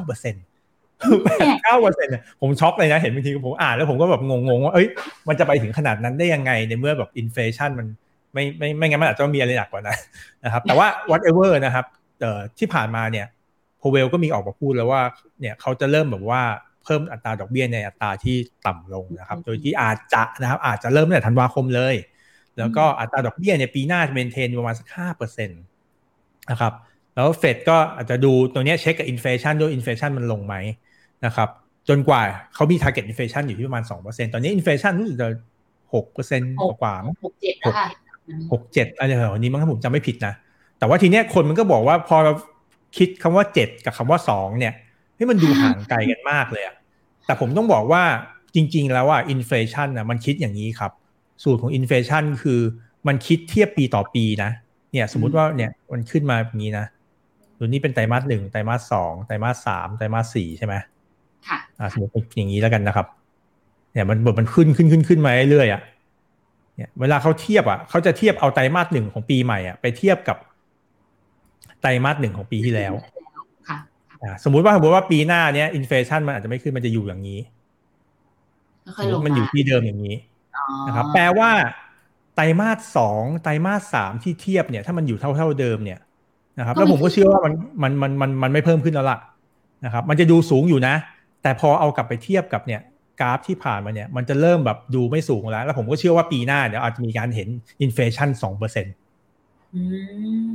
9%เนี่ยผมช็อกเลยนะเห็นบางทีผมอ่านแล้วผมก็แบบงงว่ามันจะไปถึงขนาดนั้นได้ยังไงในเมื่อแบบอินเฟลชันมันไม่งั้นมันอาจจะมีอะไรหนักกว่านั้นนะครับแต่ว่า whatever นะครับที่ผ่านมาเนี่ยโพเวลก็มีออกมาพูดแล้วว่าเนี่ยเขาจะเริ่มแบบว่าเพิ่มอัตราดอกเบี้ยในอัตราที่ต่ำลงนะครับโดยที่อาจจะเริ่มตั้งแต่ธันวาคมเลยแล้วก็อัตราดอกเบี้ยในปีหน้าจะเมนเทนประมาณสัก 5% นะครับแล้วเฟดก็อาจจะดูตัวนี้เช็คกับอินเฟลชันด้วยอินเฟลชันมันลงไหมนะครับจนกว่าเขามี target inflation อยู่ที่ประมาณ 2% ตอนนี้อินเฟลชันรู้สึกจะ 6% กว่า6-7อะไรแบบนี้มั้งถ้าผมจำไม่ผิดนะแต่ว่าทีเนี้ยคนมันก็บอกว่าพอเราคิดคำว่า7กับคำว่า2เนี่ยให้มันดูห่างไกลกันมากเลยอะแต่ผมต้องบอกว่าจริงๆแล้วอินเฟลชันมันคิดอย่างนี้ครับสูตรของอินเฟลชันคือมันคิดเทียบปีต่อปีนะเนี่ยสมมุติว่าเนี่ยมันขึ้นมาแบบนี้นะตัวนี้เป็นไตรมาส1ไตรมาส2ไตรมาส3ไตรมาส4ใช่ไหมค่ะสมมติอย่างนี้แล้วกันนะครับเนี่ยมันขึ้นมาเรื่อยๆเนี่ยเวลาเขาเทียบเขาจะเทียบเอาไตรมาส1ของปีใหม่ไปเทียบกับไตรมาส1ของปีที่แล้วค่ะสมมุติว่าปีหน้าเนี้ยอินเฟลชันมันอาจจะไม่ขึ้นมันจะอยู่อย่างนี้มันอยู่ที่เดิมอย่างนี้นะครับแปลว่าไตรมาส2ไตรมาส3ที่เทียบเนี่ยถ้ามันอยู่เท่าเดิมเนี่ยนะครับแล้วผมก็เชื่อว่ามันไม่เพิ่มขึ้นแล้วล่ะนะครับมันจะดูสูงอยู่นะแต่พอเอากลับไปเทียบกับเนี่ยกราฟที่ผ่านมาเนี่ยมันจะเริ่มแบบดูไม่สูงแล้วผมก็เชื่อว่าปีหน้าเดี๋ยวอาจจะมีการเห็นอินเฟลชัน 2%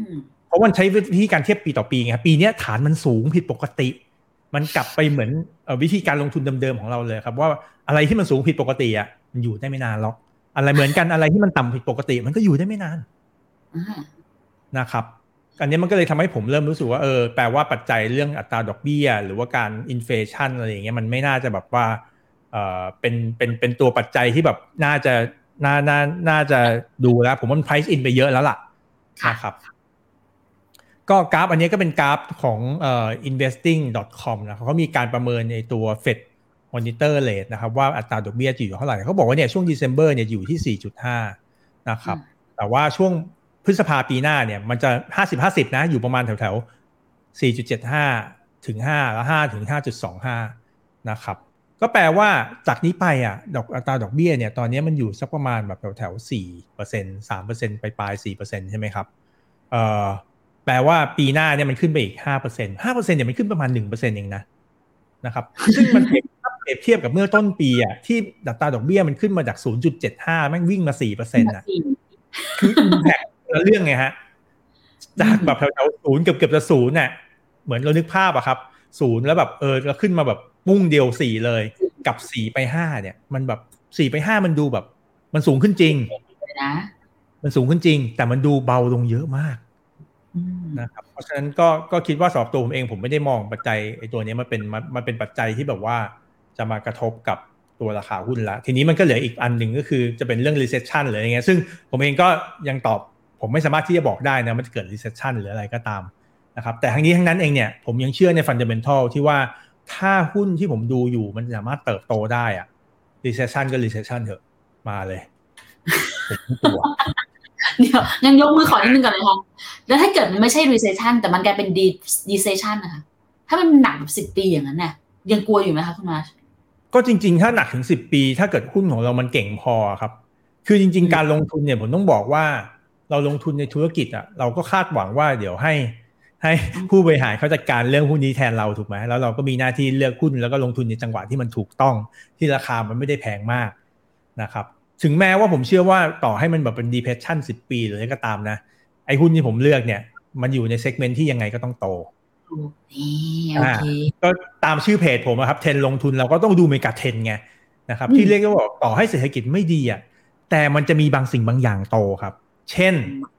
เพราะมันใช้วิธีการเทียบปีต่อปีไงปีนี้ฐานมันสูงผิดปกติมันกลับไปเหมือนวิธีการลงทุนเดิมๆของเราเลยครับว่าอะไรที่มันสูงผิดปกติอ่ะมันอยู่ได้ไม่นานหรอกอะไรเหมือนกันอะไรที่มันต่ำผิดปกติมันก็อยู่ได้ไม่นานนะครับอันนี้มันก็เลยทำให้ผมเริ่มรู้สึกว่าแปลว่าปัจจัยเรื่องอัตราดอกเบี้ยหรือว่าการอินเฟลชันอะไรอย่างเงี้ยมันไม่น่าจะแบบว่าเป็นตัวปัจจัยที่แบบน่าจะดูแล้วผมว่ามัน price in ไปเยอะแล้วล่ะนะครับก็กราฟอันนี้ก็เป็นกราฟของinvesting.com นะเขามีการประเมินในตัว Fed Monitor Rate นะครับว่าอัตราดอกเบี้ยจะอยู่เท่าไหร่เขาบอกว่าเนี่ยช่วง December เนี่ยอยู่ที่ 4.5 นะครับแต่ว่าช่วงพฤษภาปีหน้าเนี่ยมันจะ 50-50 นะอยู่ประมาณแถวๆ 4.75 ถึง 5 แล้ว 5 ถึง 5.25 นะครับก็แปลว่าจากนี้ไปอ่ะอัตราดอกเบี้ยเนี่ยตอนนี้มันอยู่สักประมาณแบบแถวๆ 4% 3% ปลาย 4% ใช่ไหมครับแปลว่าปีหน้าเนี่ยมันขึ้นไปอีก 5% 5% เนี่ยมันขึ้นประมาณ 1% เองนะครับซึ่งมันเปรียบเทียบกับเมื่อต้นปีอ่ะที่อัตราดอกเบี้ยมันขึ้นมาจาก 0.75 แม่งวิ่งมา 4% อ่ะคือ impact เรื่องไงฮะจากแบบแถวๆ0เกือบจะ0น่ะเหมือนเรานึกภาพอะครับ0แล้วแบบเราขึ้นมาแบบมุ่งเดียว4เลยกับ4ไป5เนี่ยมันแบบ4ไป5มันดูแบบมันสูงขึ้นจริงนะมันสูงขึ้นจริงแต่มันดูเบาลงเยอะมากนะครับเพราะฉะนั้นก็คิดว่าสำหรับตัวผมเองผมไม่ได้มองปัจจัยไอ้ตัวนี้มันเป็นปัจจัยที่แบบว่าจะมากระทบกับตัวราคาหุ้นละทีนี้มันก็เหลืออีกอันหนึ่งก็คือจะเป็นเรื่อง recession หรืออะไรเงี้ยซึ่งผมเองก็ยังตอบผมไม่สามารถที่จะบอกได้นะมันจะเกิด recession หรืออะไรก็ตามนะครับแต่ทั้งนี้ทั้งนั้นเองเนี่ยผมยังเชื่อใน fundamental ที่ว่าถ้าหุ้นที่ผมดูอยู่มันสามารถเติบโตได้อะ recession ก็ recession เถอะมาเลยผมกลัวเดี๋ยวยังยกมือขอนิดนึงก่อนเลยค่ะแล้วถ้าเกิดมันไม่ใช่ recession แต่มันกลายเป็น decession นะคะถ้ามันหนักแบบ10 ปีอย่างนั้นเนี่ยยังกลัวอยู่ไหมคะคุณมาร์ชก็จริงๆถ้าหนักถึง10 ปีถ้าเกิดหุ้นของเรามันเก่งพอครับคือจริงๆการลงทุนเนี่ยผมต้องบอกว่าเราลงทุนในธุรกิจอ่ะเราก็คาดหวังว่าเดี๋ยวให้ผู้บริหารเขาจัดการเรื่องหุ้นนี้แทนเราถูกไหมแล้วเราก็มีหน้าที่เลือกหุ้นแล้วก็ลงทุนในจังหวะที่มันถูกต้องที่ราคามันไม่ได้แพงมากนะครับถึงแม้ว่าผมเชื่อว่าต่อให้มันแบบเป็น depression 10 ปีหรืออะไรก็ตามนะไอ้หุ้นที่ผมเลือกเนี่ยมันอยู่ในเซกเมนต์ที่ยังไงก็ต้องโตโอเคก็ตามชื่อเพจผมครับเทรนลงทุนเราก็ต้องดูเมกะเทรนไงนะครับที่เรียกว่าต่อให้เศรษฐกิจไม่ดีอ่ะแต่มันจะมีบางสิ่งบางอย่างโตครับเช่น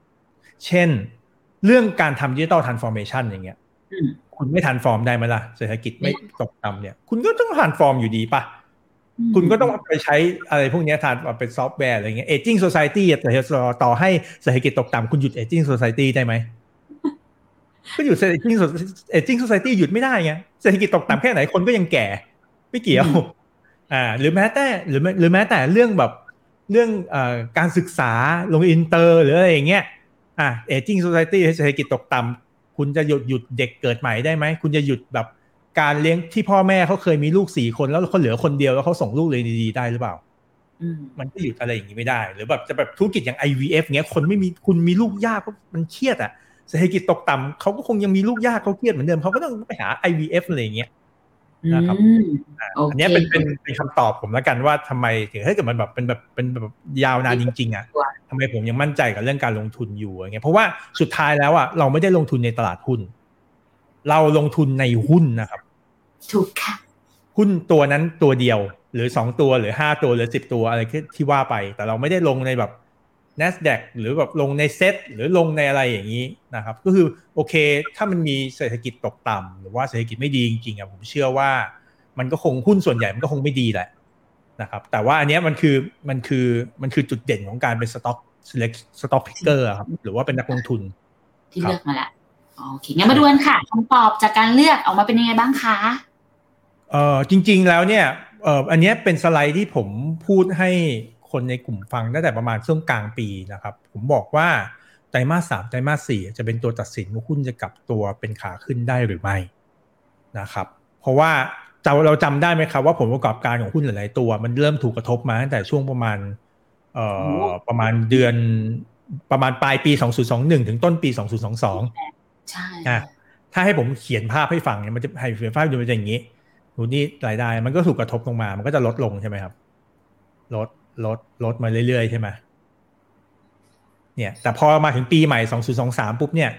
เรื่องการทำ digital transformation อย่างเงี้ยคุณไม่ transform ได้ไหมล่ะเศรษฐกิจไม่ตกต่ำเนี่ยคุณก็ต้อง transform อยู่ดีป่ะคุณก็ต้องไปใช้อะไรพวกนี้เป็นซอฟต์แวร์อะไรเงี้ย aging society แต่ต่อให้เศรษฐกิจตกต่ำคุณหยุด aging society ได้ไหมก็อยู่ aging society หยุดไม่ได้ไงเศรษฐกิจตกต่ำแค่ไหนคนก็ยังแก่ไม่เกี่ยวหรือแม้แต่เรื่องแบบเรื่องการศึกษาลงอินเตอร์หรืออะไรอย่างเงี้ยaging society เศรษฐกิจตกต่ำคุณจะหยุดเด็กเกิดใหม่ได้ไหมคุณจะหยุดแบบการเลี้ยงที่พ่อแม่เขาเคยมีลูก4 คนแล้วเขาเหลือคนเดียวแล้วเขาส่งลูกเรียนดีๆได้หรือเปล่ามันก็หยุดอะไรอย่างนี้ไม่ได้หรือแบบจะแบบธุรกิจอย่าง IVF เงี้ยคนไม่มีคุณมีลูกยากเพราะมันเครียดเศรษฐกิจตกต่ำเขาก็คงยังมีลูกยากเขาเครียดเหมือนเดิมเขาก็ต้องไปหา IVF อะไรอย่างเงี้ยนะครับอันนี้เป็นคำตอบผมแล้วกันว่าทำไมถึงถ้าเกิดมันแบบเป็นแบบยาวนานจริงๆทำไมผมยังมั่นใจกับเรื่องการลงทุนอยู่อย่างเงี้ยเพราะว่าสุดท้ายแล้วเราไม่ได้ลงทุนในตลาดหุ้นเราลงทุนในหุ้นนะครับถูกค่ะหุ้นตัวนั้นตัวเดียวหรือ2 ตัวหรือ5 ตัวหรือ10 ตัวอะไรที่ว่าไปแต่เราไม่ได้ลงในแบบ NASDAQ หรือแบบลงในเซ็ตหรือลงในอะไรอย่างนี้นะครับก็คือโอเคถ้ามันมีเศรษฐกิจตกต่ำหรือว่าเศรษฐกิจไม่ดีจริงๆผมเชื่อว่ามันก็คงหุ้นส่วนใหญ่มันก็คงไม่ดีแหละนะครับแต่ว่าอันนี้มันคือจุดเด่นของการเป็นสต็อกพิกเกอร์ครับหรือว่าเป็นนักลงทุนที่เลือกมาแล้วโอเคงั้นมาดูกันค่ะคำตอบจากการเลือกออกมาเป็นยังไงบ้างคะจริงๆแล้วเนี่ยอันนี้เป็นสไลด์ที่ผมพูดให้คนในกลุ่มฟังตั้งแต่ประมาณช่วงกลางปีนะครับผมบอกว่าไตรมาส 3ไตรมาส 4จะเป็นตัวตัดสินว่าหุ้นจะกลับตัวเป็นขาขึ้นได้หรือไม่นะครับเพราะว่าเราจำได้ไหมครับว่าผลประกอบการของหุ้นหลายๆตัวมันเริ่มถูกกระทบมาตั้งแต่ช่วงประมาณเดือนประมาณปลายปี2021ถึงต้นปี2022ใช่ถ้าให้ผมเขียนภาพให้ฟังเนี่ยมันจะให้เขียนภาพดูมันจะอย่างนี้ดูนี่รายได้มันก็ถูกกระทบลงมามันก็จะลดลงใช่ไหมครับลดมาเรื่อยๆใช่ไหมเนี่ยแต่พอมาถึงปีใหม่2023ปุ๊บเนี่ย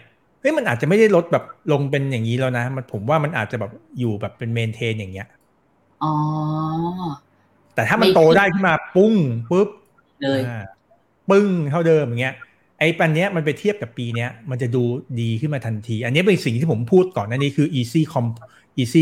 เฮ้ยมันอาจจะไม่ได้ลดแบบลงเป็นอย่างนี้แล้วนะผมว่ามันอาจจะแบบอยู่แบบเป็นเมนเทนอย่างเงี้ยอ๋อแต่ถ้ามันโตได้ขึ้นมาปุ้งปุ๊บเลยปึ้งเท่าเดิมอย่างเงี้ยไอ้ปันเนี้ยมันไปเทียบกับปีเนี้ยมันจะดูดีขึ้นมาทันทีอันนี้เป็นสิ่งที่ผมพูดก่อนหน้านี้คือ easy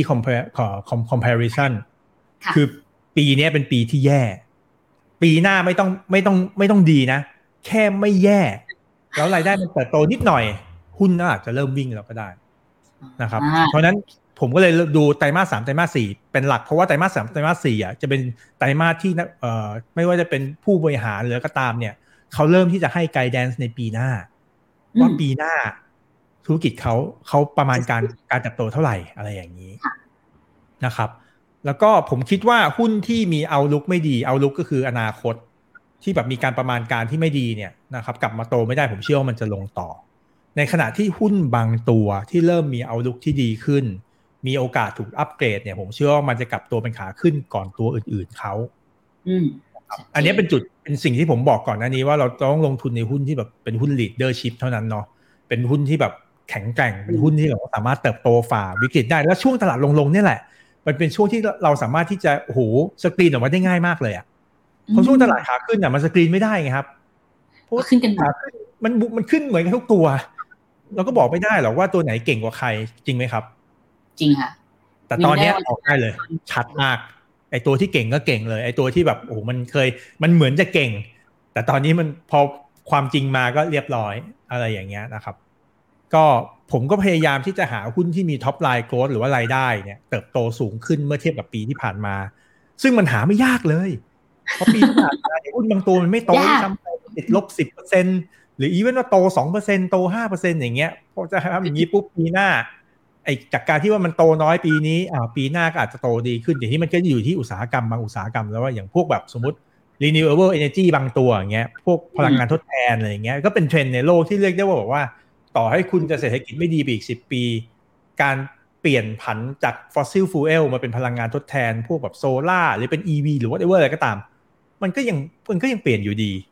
comparison คือปีนี้เป็นปีที่แย่ปีหน้าไม่ต้องดีนะแค่ไม่แย่แล้วรายได้มันเติบโตนิดหน่อยหุ้นน่าจะเริ่มวิ่งแล้วก็ได้นะครับเพราะนั้นผมก็เลยดูไตรมาส 3ไตรมาส 4เป็นหลักเพราะว่าไตรมาส 3ไตรมาส 4อ่ะจะเป็นไตรมาสที่ไม่ว่าจะเป็นผู้บริหารหรือก็ตามเนี่ยเขาเริ่มที่จะให้ไกด์แดนซ์ในปีหน้าว่าปีหน้าธุรกิจเขาประมาณการเติบโตเท่าไหร่อะไรอย่างนี้นะครับแล้วก็ผมคิดว่าหุ้นที่มีoutlookไม่ดีoutlookก็คืออนาคตที่แบบมีการประมาณการที่ไม่ดีเนี่ยนะครับกลับมาโตไม่ได้ผมเชื่อว่ามันจะลงต่อในขณะที่หุ้นบางตัวที่เริ่มมีoutlookที่ดีขึ้นมีโอกาสถูกอัปเกรดเนี่ยผมเชื่อว่ามันจะกลับตัวเป็นขาขึ้นก่อนตัวอื่นๆเขาอันนี้เป็นสิ่งที่ผมบอกก่อนหน้านี้ว่าเราต้องลงทุนในหุ้นที่แบบเป็นหุ้น leadership เท่านั้นเนาะเป็นหุ้นที่แบบแข็งแกร่งเป็นหุ้นที่แบบสามารถเติบโตฝ่าวิกฤตได้แล้วช่วงตลาดลงเนี่ยแหละมันเป็นช่วงที่เราสามารถที่จะโอ้โหสกรีนออกมาได้ง่ายมากเลยอ่ะเพราะช่วงตลาดขาขึ้นอ่ะมันสกรีนไม่ได้ไงครับเพราะขึ้นกันขาขึ้นมันขึ้นเหมือนกันทุกตัวเราก็บอกไม่ได้หรอกว่าตัวไหนเก่งกว่าใครจริงไหมครับจริงค่ะแต่ตอนนี้ออกได้เลยชัดมากไอตัวที่เก่งก็เก่งเลยไอตัวที่แบบโอ้โหมันเหมือนจะเก่งแต่ตอนนี้มันพอความจริงมาก็เรียบร้อยอะไรอย่างเงี้ยนะครับก็ผมก็พยายามที่จะหาหุ้นที่มีท็อปไลน์โกรทหรือว่ารายได้เนี่ยเติบโตสูงขึ้นเมื่อเทียบกับปีที่ผ่านมาซึ่งมันหาไม่ยากเลยเพราะปีที่ผ่านมาหุ้นบางตัวมันไม่โตทำติดลบ 10% หรืออีเวนต์ว่าโต 2% โต 5% อย่างเงี้ยพอจะทำอย่างนี้ปุ๊บปีหน้าไอ้จากการที่ว่ามันโตน้อยปีนี้ปีหน้าก็อาจจะโตดีขึ้นอย่างที่มันก็อยู่ที่อุตสาหกรรมบางอุตสาหกรรมแล้วว่าอย่างพวกแบบสมมติ renewable energy บางตัวอย่างเงี้ยพวกพลังงานทดแทนอะไรอย่างเงี้ยก็เป็นเทรนด์ในโลกที่เรียกได้ว่าบอกว่าต่อให้คุณจะเศรษฐกิจไม่ดีไปอีก10 ปีการเปลี่ยนผันจาก fossil fuel มาเป็นพลังงานทดแทนพวกแบบโซล่าหรือเป็น EV หรือ whatever อะไรก็ตามมันก็ยังเปลี่ยนอยู่ดี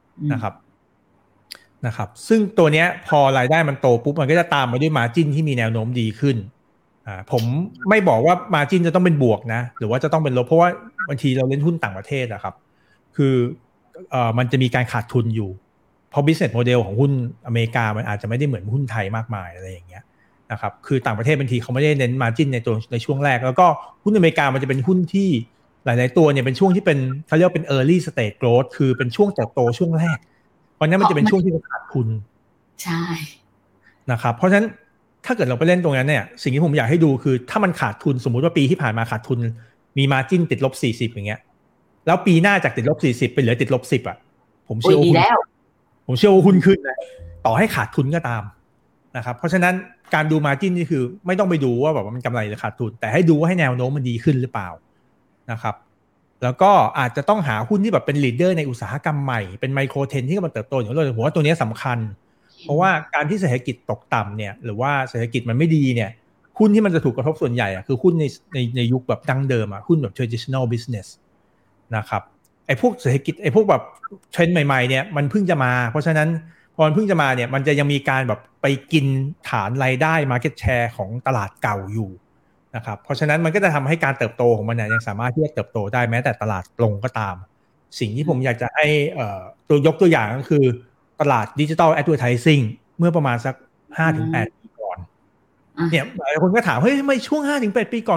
นะครับซึ่งตัวเนี้ยพอรายได้มันโตปุ๊บมันก็จะตามมาด้วย margin ที่มีแนวโน้มดีขึ้นผมไม่บอกว่า margin จะต้องเป็นบวกนะหรือว่าจะต้องเป็นลบเพราะว่าบางทีเราเล่นหุ้นต่างประเทศนะครับคือมันจะมีการขาดทุนอยู่เพราะ business model ของหุ้นอเมริกามันอาจจะไม่ได้เหมือนหุ้นไทยมากมายอะไรอย่างเงี้ยนะครับคือต่างประเทศบางทีเขาไม่ได้เน้น margin ในช่วงแรกแล้วก็หุ้นอเมริกามันจะเป็นหุ้นที่หลายๆตัวเนี่ยเป็นช่วงที่เป็นเขาเรียกว่าเป็น early stage growth คือเป็นช่วงเติบโตช่วงแรกเพราะนั้นมันจะเป็นช่วงที่ขาดทุนใช่นะครับเพราะฉะนั้นถ้าเกิดเราไปเล่นตรงนั้นเนี่ยสิ่งที่ผมอยากให้ดูคือถ้ามันขาดทุนสมมุติว่าปีที่ผ่านมาขาดทุนมี margin ติดลบ40อย่างเงี้ยแล้วปีหน้าจากติดลบ40ไปเหลือติดลบ10อ่ะผมเชื่อว่าหุ้นขึ้นนะต่อให้ขาดทุนก็ตามนะครับเพราะฉะนั้นการดู margin นี่คือไม่ต้องไปดูว่าแบบมันกำไรหรือขาดทุนแต่ให้ดูว่าให้แนวโน้มมันดีขึ้นหรือเปล่านะครับแล้วก็อาจจะต้องหาหุ้นที่แบบเป็นลีดเดอร์ในอุตสาหกรรมใหม่เป็นไมโครเทรนด์ที่กำลังเติบโตอยู่เลยผมว่าตัวนี้สำคัญเพราะว่าการที่เศรษฐกิจตกต่ำเนี่ยหรือว่าเศรษฐกิจมันไม่ดีเนี่ยหุ้นที่มันจะถูกกระทบส่วนใหญ่อะคือหุ้นในยุคแบบดั้งเดิมอะหุ้นแบบ traditional business นะครับไอ้พวกเศรษฐกิจไอ้พวกแบบเทรนด์ใหม่ๆเนี่ยมันเพิ่งจะมาเพราะฉะนั้นพอมันเพิ่งจะมาเนี่ยมันจะยังมีการแบบไปกินฐานรายได้ market share ของตลาดเก่าอยู่นะครับเพราะฉะนั้นมันก็จะทำให้การเติบโตของมันเนี่ยยังสามารถที่จะเติบโตได้แม้แต่ตลาดลงก็ตามสิ่งที่ผมอยากจะให้ยกตัวอย่างก็คือตลาด Digital Advertising เมื่อประมาณสัก 5-8 ปีก่อนเนี่ยหลายคนก็ถามเฮ้ยทำไมช่วง 5-8 ปีก่อน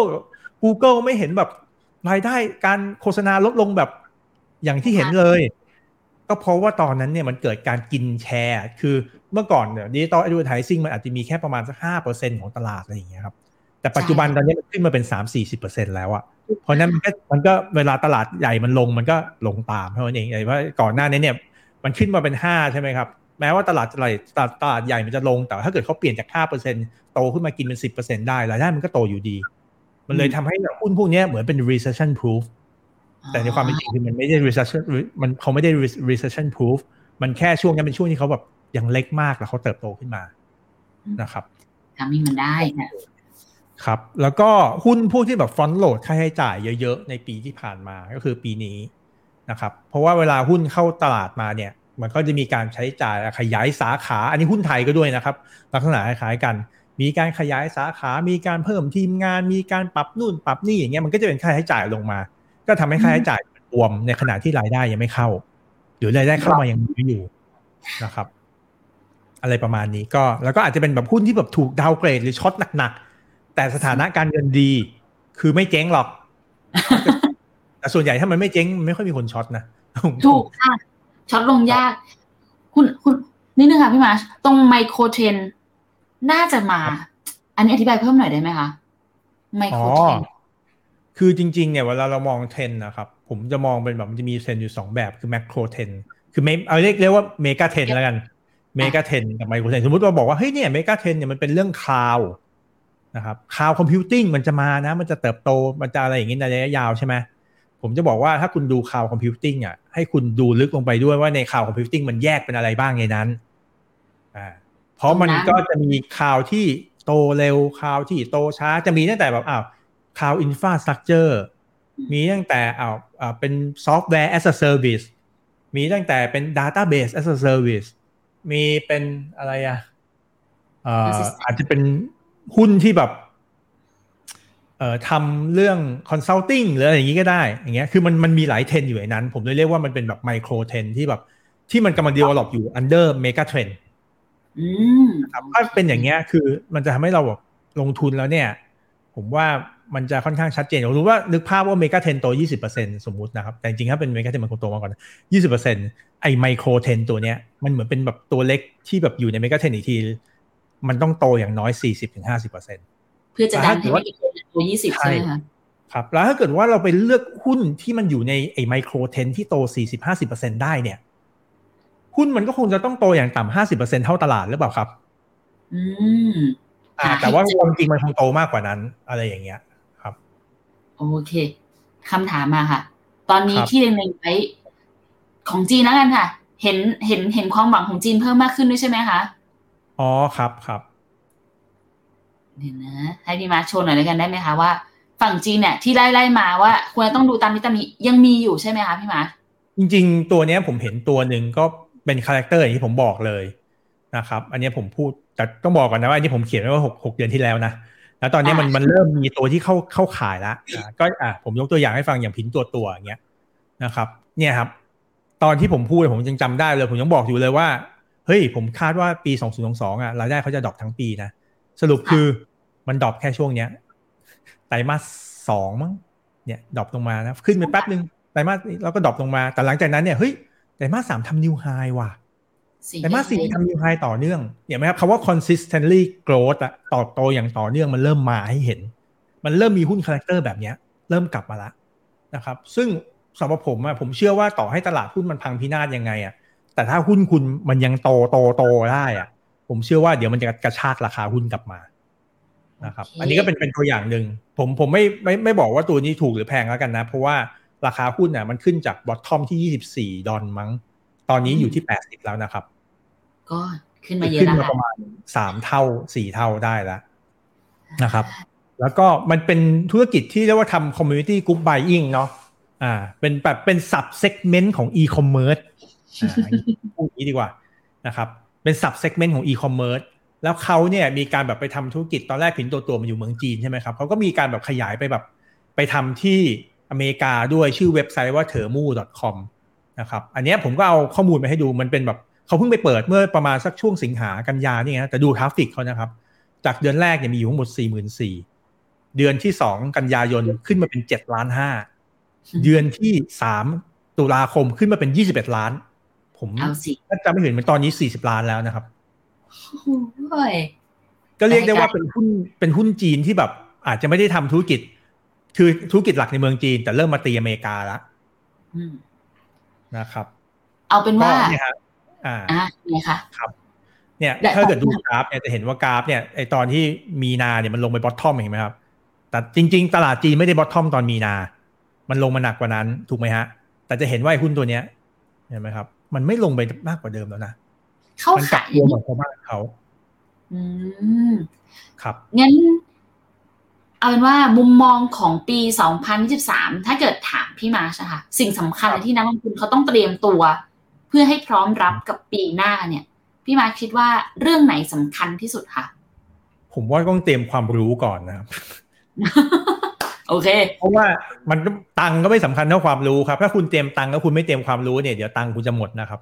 Google ไม่เห็นแบบรายได้การโฆษณาลดลงแบบอย่างที่เห็นเลยก็เพราะว่าตอนนั้นเนี่ยมันเกิดการกินแชร์คือเมื่อก่อนเนี่ย Digital Advertising มันอาจจะมีแค่ประมาณสัก 5% ของตลาดอะไรอย่างเงี้ยครับแต่ปัจจุบันตอนนี้มันขึ้นมาเป็น 3-40% แล้วอะเพราะนั้นมันก็เวลาตลาดใหญ่มันลงมันก็ลงตามเท่านั้นเองไอ้ว่าก่อนหน้านี้เนี่ยมันขึ้นมาเป็น5ใช่ไหมครับแม้ว่าตลาดใหญ่มันจะลงแต่ถ้าเกิดเขาเปลี่ยนจาก 5% โตขึ้นมากินเป็น 10% ได้รายได้มันก็โตอยู่ดีมันเลยทำให้หุ้นพวกนี้เหมือนเป็น recession proof แต่ในความเป็นจริงคือมันไม่ได้ recession เขาไม่ได้ recession proof มันแค่ช่วงนั้นเป็นช่วงที่เขาแบบยังเล็กมากแล้วเขาเติบโตขึ้นมานะครับทำให้มันได้ครับแล้วก็หุ้นพวกที่แบบ front load ค่าใช้จ่ายเยอะๆในปีที่ผ่านมาก็คือปีนี้นะครับเพราะว่าเวลาหุ้นเข้าตลาดมาเนี่ยมันก็จะมีการใช้จ่ายขยายสาขาอันนี้หุ้นไทยก็ด้วยนะครับลักษณะคล้ายๆกันมีการขยายสาขามีการเพิ่มทีมงานมีการปรับนู่นปรับนี่อย่างเงี้ยมันก็จะเป็นค่าใช้จ่ายลงมาก็ทำให้ค่าใช้จ่ายรวมในขณะที่รายได้ยังไม่เข้าหรือรายได้เข้ามายังไม่อยู่นะครับอะไรประมาณนี้ก็แล้วก็อาจจะเป็นแบบหุ้นที่แบบถูกดาวน์เกรดหรือช็อตหนักๆแต่สถานะการเงินดีคือไม่เจ๊งหรอกแต่ส่วนใหญ่ถ้ามันไม่เจ๊งไม่ค่อยมีคนช็อตนะถูกค่ะช็อตลงยากคุณนิดนึงค่ะพี่มาร์ชตรงไมโครเทรนน่าจะมาอันนี้อธิบายเพิ่มหน่อยได้ไหมคะไมโครเทรนคือจริงๆเนี่ยเวลาเรามองเทรนนะครับผมจะมองเป็นแบบมันจะมีเทรนอยู่2แบบคือแมคโครเทรนคือเอาเรียกว่าเมกะเทรนแล้วกันเมกะเทรนกับไมโครเทรนสมมติเราบอกว่าเฮ้ยเนี่ยเมกะเทรนเนี่ยมันเป็นเรื่องคลาวด์นะครับคลาวด์คอมพิวติ้งมันจะมานะมันจะเติบโตมันจะอะไรอย่างงี้ในระยะยาวใช่ไหมผมจะบอกว่าถ้าคุณดูคลาวด์คอมพิวติ้งอ่ะให้คุณดูลึกลงไปด้วยว่าในคลาวด์คอมพิวติ้งมันแยกเป็นอะไรบ้างในนั้นเพราะมันก็จะมีคลาวด์ที่โตเร็วคลาวด์ที่โตช้าจะมีตั้งแต่แบบCloud Infrastructure มีตั้งแต่เป็น Software as a Service มีตั้งแต่เป็น Database as a Service มีเป็นอะไรอาจจะเป็นหุ้นที่แบบทำเรื่อง Consulting หรืออะไรอย่างนี้ก็ได้อย่างเงี้ยคือมันมีหลายเทรนด์อยู่ในนั้นผมเลยเรียกว่ามันเป็นแบบไมโครเทรนด์ที่แบบที่มันกำลัง develop อยู่ under mega trend ครับถ้าเป็นอย่างเงี้ยคือมันจะทำให้เราแบบลงทุนแล้วเนี่ยผมว่ามันจะค่อนข้างชัดเจนผมรู้ว่านึกภาพว่าเมกะเทรนโต 20% สมมุตินะครับแต่จริงๆถ้าเป็นเมกะเทรนมันคงโตมากกว่านั้น 20% ไอ้ไมโครเทรนตัวเนี้ยมันเหมือนเป็นแบบตัวเล็กที่แบบอยู่ในเมกะเทรนอีกทีมันต้องโตอย่างน้อย 40-50% เพื่อจะดันให้เมกะเทรนโต 20 ใช่ไหมคะครับแล้วถ้าเกิดว่าเราไปเลือกหุ้นที่มันอยู่ในไอ้ไมโครเทรนที่โต 40-50% ได้เนี่ยหุ้นมันก็คงจะต้องโตอย่างต่ำ 50% เท่าตลาดหรือเปล่าครับแต่ว่าความจริงมันคงโตมากกว่านั้นอะไรอย่างเงี้ยครับโอเคคำถามมาค่ะตอนนี้ที่เล็งๆไว้ของจีนแล้วกันค่ะเห็นความหวังของจีนเพิ่มมากขึ้นด้วยใช่ไหมคะอ๋อครับเดี๋ยวนะให้พี่มาโชว์หน่อยแล้วกันได้ไหมคะว่าฝั่งจีนเนี่ยที่ไล่มาว่าควรต้องดูตามนี้ยังมีอยู่ใช่ไหมคะพี่มาจริงๆตัวนี้ผมเห็นตัวหนึ่งก็เป็นคาแรคเตอร์อย่างที่ผมบอกเลยนะครับอันนี้ผมพูดแต่ต้องบอกก่อนนะว่าอันนี้ผมเขียนไว้ว่า6เดือนที่แล้วนะแล้วตอนนี้มันเริ่มมีตัวที่เข้าขายแล้วก็ผมยกตัวอย่างให้ฟังอย่างพินตัวอย่างเงี้ยนะครับเนี่ยครับตอนที่ผมพูดผมยังจำได้เลยผมยังบอกอยู่เลยว่าเฮ้ยผมคาดว่าปี2022รายได้เขาจะดรอปทั้งปีนะสรุปคือมันดรอปแค่ช่วงเนี้ยไตรมาส2มั้งเนี่ยดรอปลงมานะขึ้นไปแป๊บนึงไตรมาสแล้วก็ดรอปลงมาแต่หลังจากนั้นเนี่ยเฮ้ยไตรมาส3ทำนิวไฮว่ะไตรมาส4ทำนิวไฮต่อเนื่องเห็นไหมครับคำว่า consistently growth โตอย่างต่อเนื่องมันเริ่มมาให้เห็นมันเริ่มมีหุ้นคาแรคเตอร์แบบนี้เริ่มกลับมาละนะครับซึ่งสำหรับผมเชื่อว่าต่อให้ตลาดหุ้นมันพังพินาศยังไงแต่ถ้าหุ้นคุณมันยังโตได้ผมเชื่อว่าเดี๋ยวมันจะกระชากราคาหุ้นกลับมานะครับอันนี้ก็เป็นตัวอย่างหนึ่งผมไม่บอกว่าตัวนี้ถูกหรือแพงแล้วกันนะเพราะว่าราคาหุ้นมันขึ้นจากบอททอมที่$24มั้งตอนนี้อยู่ที่80แล้วนะครับก็ขึ้นมาเยอะแล้วค่ะประมาณ3เท่า4เท่าได้แล้วนะครับแล้วก็มันเป็นธุรกิจที่เรียกว่าทำ community group buying เนาะเป็นแบบเป็น sub segment ของ e-commerce พูดอย่างนี้ดีกว่านะครับเป็น sub segment ของ e-commerce แล้วเขาเนี่ยมีการแบบไปทำธุรกิจตอนแรกผินตัวมันอยู่เมืองจีนใช่ไหมครับเขาก็มีการแบบขยายไปแบบไปทำที่อเมริกาด้วยชื่อเว็บไซต์ว่า termu.com นะครับอันนี้ผมก็เอาข้อมูลไปให้ดูมันเป็นแบบเขาเพิ่งไปเปิดเมื่อประมาณสักช่วงสิงหากันยานี่นะแต่ดูทราฟฟิกเขานะครับจากเดือนแรกเนี่ยมีอยู่ทั้งหมด 44,000 เดือนที่2กันยายนขึ้นมาเป็น7.5 ล้านเดือนที่3ตุลาคมขึ้นมาเป็น21 ล้านผมถ้าจำไม่ผิดมันตอนนี้40 ล้านแล้วนะครับก็เรียกได้ว่าเป็นหุ้นจีนที่แบบอาจจะไม่ได้ทำธุรกิจคือธุรกิจหลักในเมืองจีนแต่เริ่มมาตีอเมริกาแล้วนะครับเอาเป็นว่าเนี่ยครับเนี่ยค่ะครับเนี่ยถ้าเกิดดูกราฟเนี่ยจะเห็นว่ากราฟเนี่ยไอตอนที่มีนาเนี่ยมันลงไปบอททอมเห็นไหมครับแต่จริงๆตลาดจีนไม่ได้บอททอมตอนมีนามันลงมาหนักกว่านั้นถูกไหมฮะแต่จะเห็นว่าหุ้นตัวเนี้ยเห็นไหมครับมันไม่ลงไปมากกว่าเดิมแล้วนะมันกลับตัวเหมือนเขาบ้านเขาครับงั้นเอาเป็นว่ามุมมองของปี2023ถ้าเกิดถามพี่มาร์ชค่ะสิ่งสำคัญที่นักลงทุนเขาต้องเตรียมตัวพื่อให้พร้อมรับกับปีหน้าเนี่ยพี่มาร์คคิดว่าเรื่องไหนสำคัญที่สุดคะผมว่าต้องเตรียมความรู้ก่อนนะครับโอเคเพราะว่ามันตังก็ไม่สำคัญเท่าความรู้ครับถ้าคุณเตรียมตังแล้วคุณไม่เตรียมความรู้เนี่ยเดี๋ยวตังคุณจะหมดนะครับ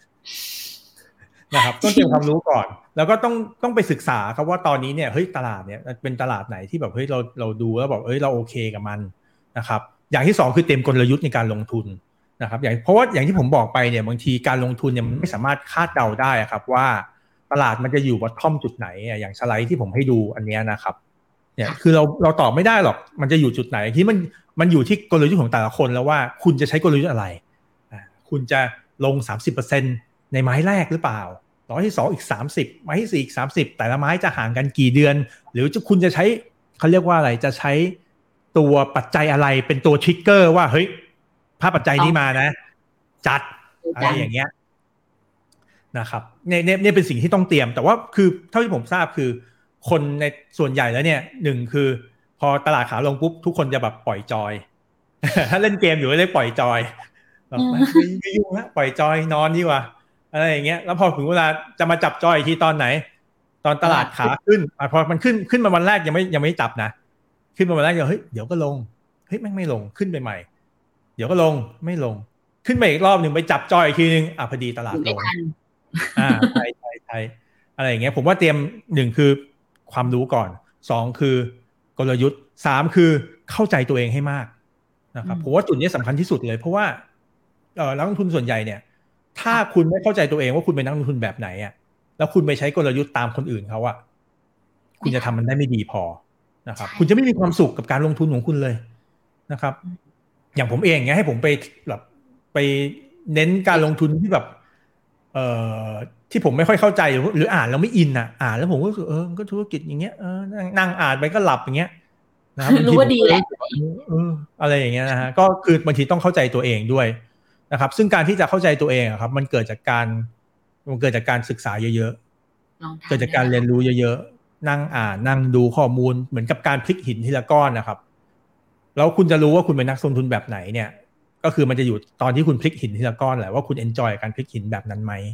นะครับต้องเตรียมความรู้ก่อนแล้วก็ต้องไปศึกษาครับว่าตอนนี้เนี่ยเฮ้ยตลาดเนี่ยเป็นตลาดไหนที่แบบเฮ้ยเราดูแล้วบอกเราโอเคกับมันนะครับอย่างที่สองคือเตรียมกลยุทธ์ในการลงทุนนะครับเพราะว่าอย่างที่ผมบอกไปเนี่ยบางทีการลงทุนเนี่ยมันไม่สามารถคาดเดาได้ครับว่าตลาดมันจะอยู่บอททอมจุดไหนอย่างสไลด์ที่ผมให้ดูอันนี้นะครับเนี่ยคือเราตอบไม่ได้หรอกมันจะอยู่จุดไหนที่มันอยู่ที่กลยุทธ์ของแต่ละคนแล้วว่าคุณจะใช้กลยุทธ์อะไรคุณจะลง 30% ในไม้แรกหรือเปล่าไม้ที่2อีก30ไม้ที่4อีก30แต่ละไม้จะห่างกันกี่เดือนหรือคุณจะใช้เขาเรียกว่าอะไรจะใช้ตัวปัจจัยอะไรเป็นตัวทริกเกอร์ว่าเฮ้ยถ้าปัจจัยนี้มานะจัดอะไรอย่างเงี้ยนะครับเนี่ยเป็นสิ่งที่ต้องเตรียมแต่ว่าคือเท่าที่ผมทราบคือคนในส่วนใหญ่แล้วเนี่ย1คือพอตลาดขาลงปุ๊บทุกคนจะแบบปล่อยจอย ถ้าเล่นเกมอยู่ก็เลยปล่อยจอยแบบไม่ยุ่งนะปล่อยจอยนอนดีกว่าอะไรอย่างเงี้ยแล้วพอถึงเวลาจะมาจับจอยอีกทีตอนไหนตอนตลาดขาขึ้นพอมันขึ้นมาวันแรกยังไม่จับนะขึ้นมาวันแรกเฮ้ยเดี๋ยวก็ลงเฮ้ยแม่งไม่ลงขึ้นไปใหม่เดี๋ยวก็ลงไม่ลงขึ้นไปอีกรอบนึงไปจับจอยอีกทีนึงพอดีตลาดลงใช่อะไรอย่างเงี้ยผมว่าเตรียม1คือความรู้ก่อน2คือกลยุทธ์3คือเข้าใจตัวเองให้มากนะครับผมว่าจุดนี้สำคัญที่สุดเลยเพราะว่านักลงทุนส่วนใหญ่เนี่ยถ้าคุณไม่เข้าใจตัวเองว่าคุณเป็นนักลงทุนแบบไหนแล้วคุณไปใช้กลยุทธ์ตามคนอื่นเขาคุณจะทำมันได้ไม่ดีพอนะครับคุณจะไม่มีความสุขกับการลงทุนของคุณเลยนะครับอย่างผมเองเนี่ยให้ผมไปแบบไปเน้นการลงทุนที่แบบที่ผมไม่ค่อยเข้าใจหรืออ่านแล้วไม่อินอ่านแล้วผมก็คือก็ธุรกิจอย่างเงี้ยนั่งอ่านไปก็หลับอย่างเงี้ยนะครับรู้ว่าดีแล้วอะไรอย่างเงี้ยนะฮะก็คือบางทีต้องเข้าใจตัวเองด้วยนะครับซึ่งการที่จะเข้าใจตัวเองครับมันเกิดจากการศึกษาเยอะๆเกิดจากการเรียนรู้เยอะๆนั่งอ่านนั่งดูข้อมูลเหมือนกับการพลิกหินทีละก้อนนะครับแล้วคุณจะรู้ว่าคุณเป็นนักลงทุนแบบไหนเนี่ยก็คือมันจะอยู่ตอนที่คุณพลิกหินทีละก้อนแหละว่าคุณเอนจอยการพลิกหินแบบนั้นไหม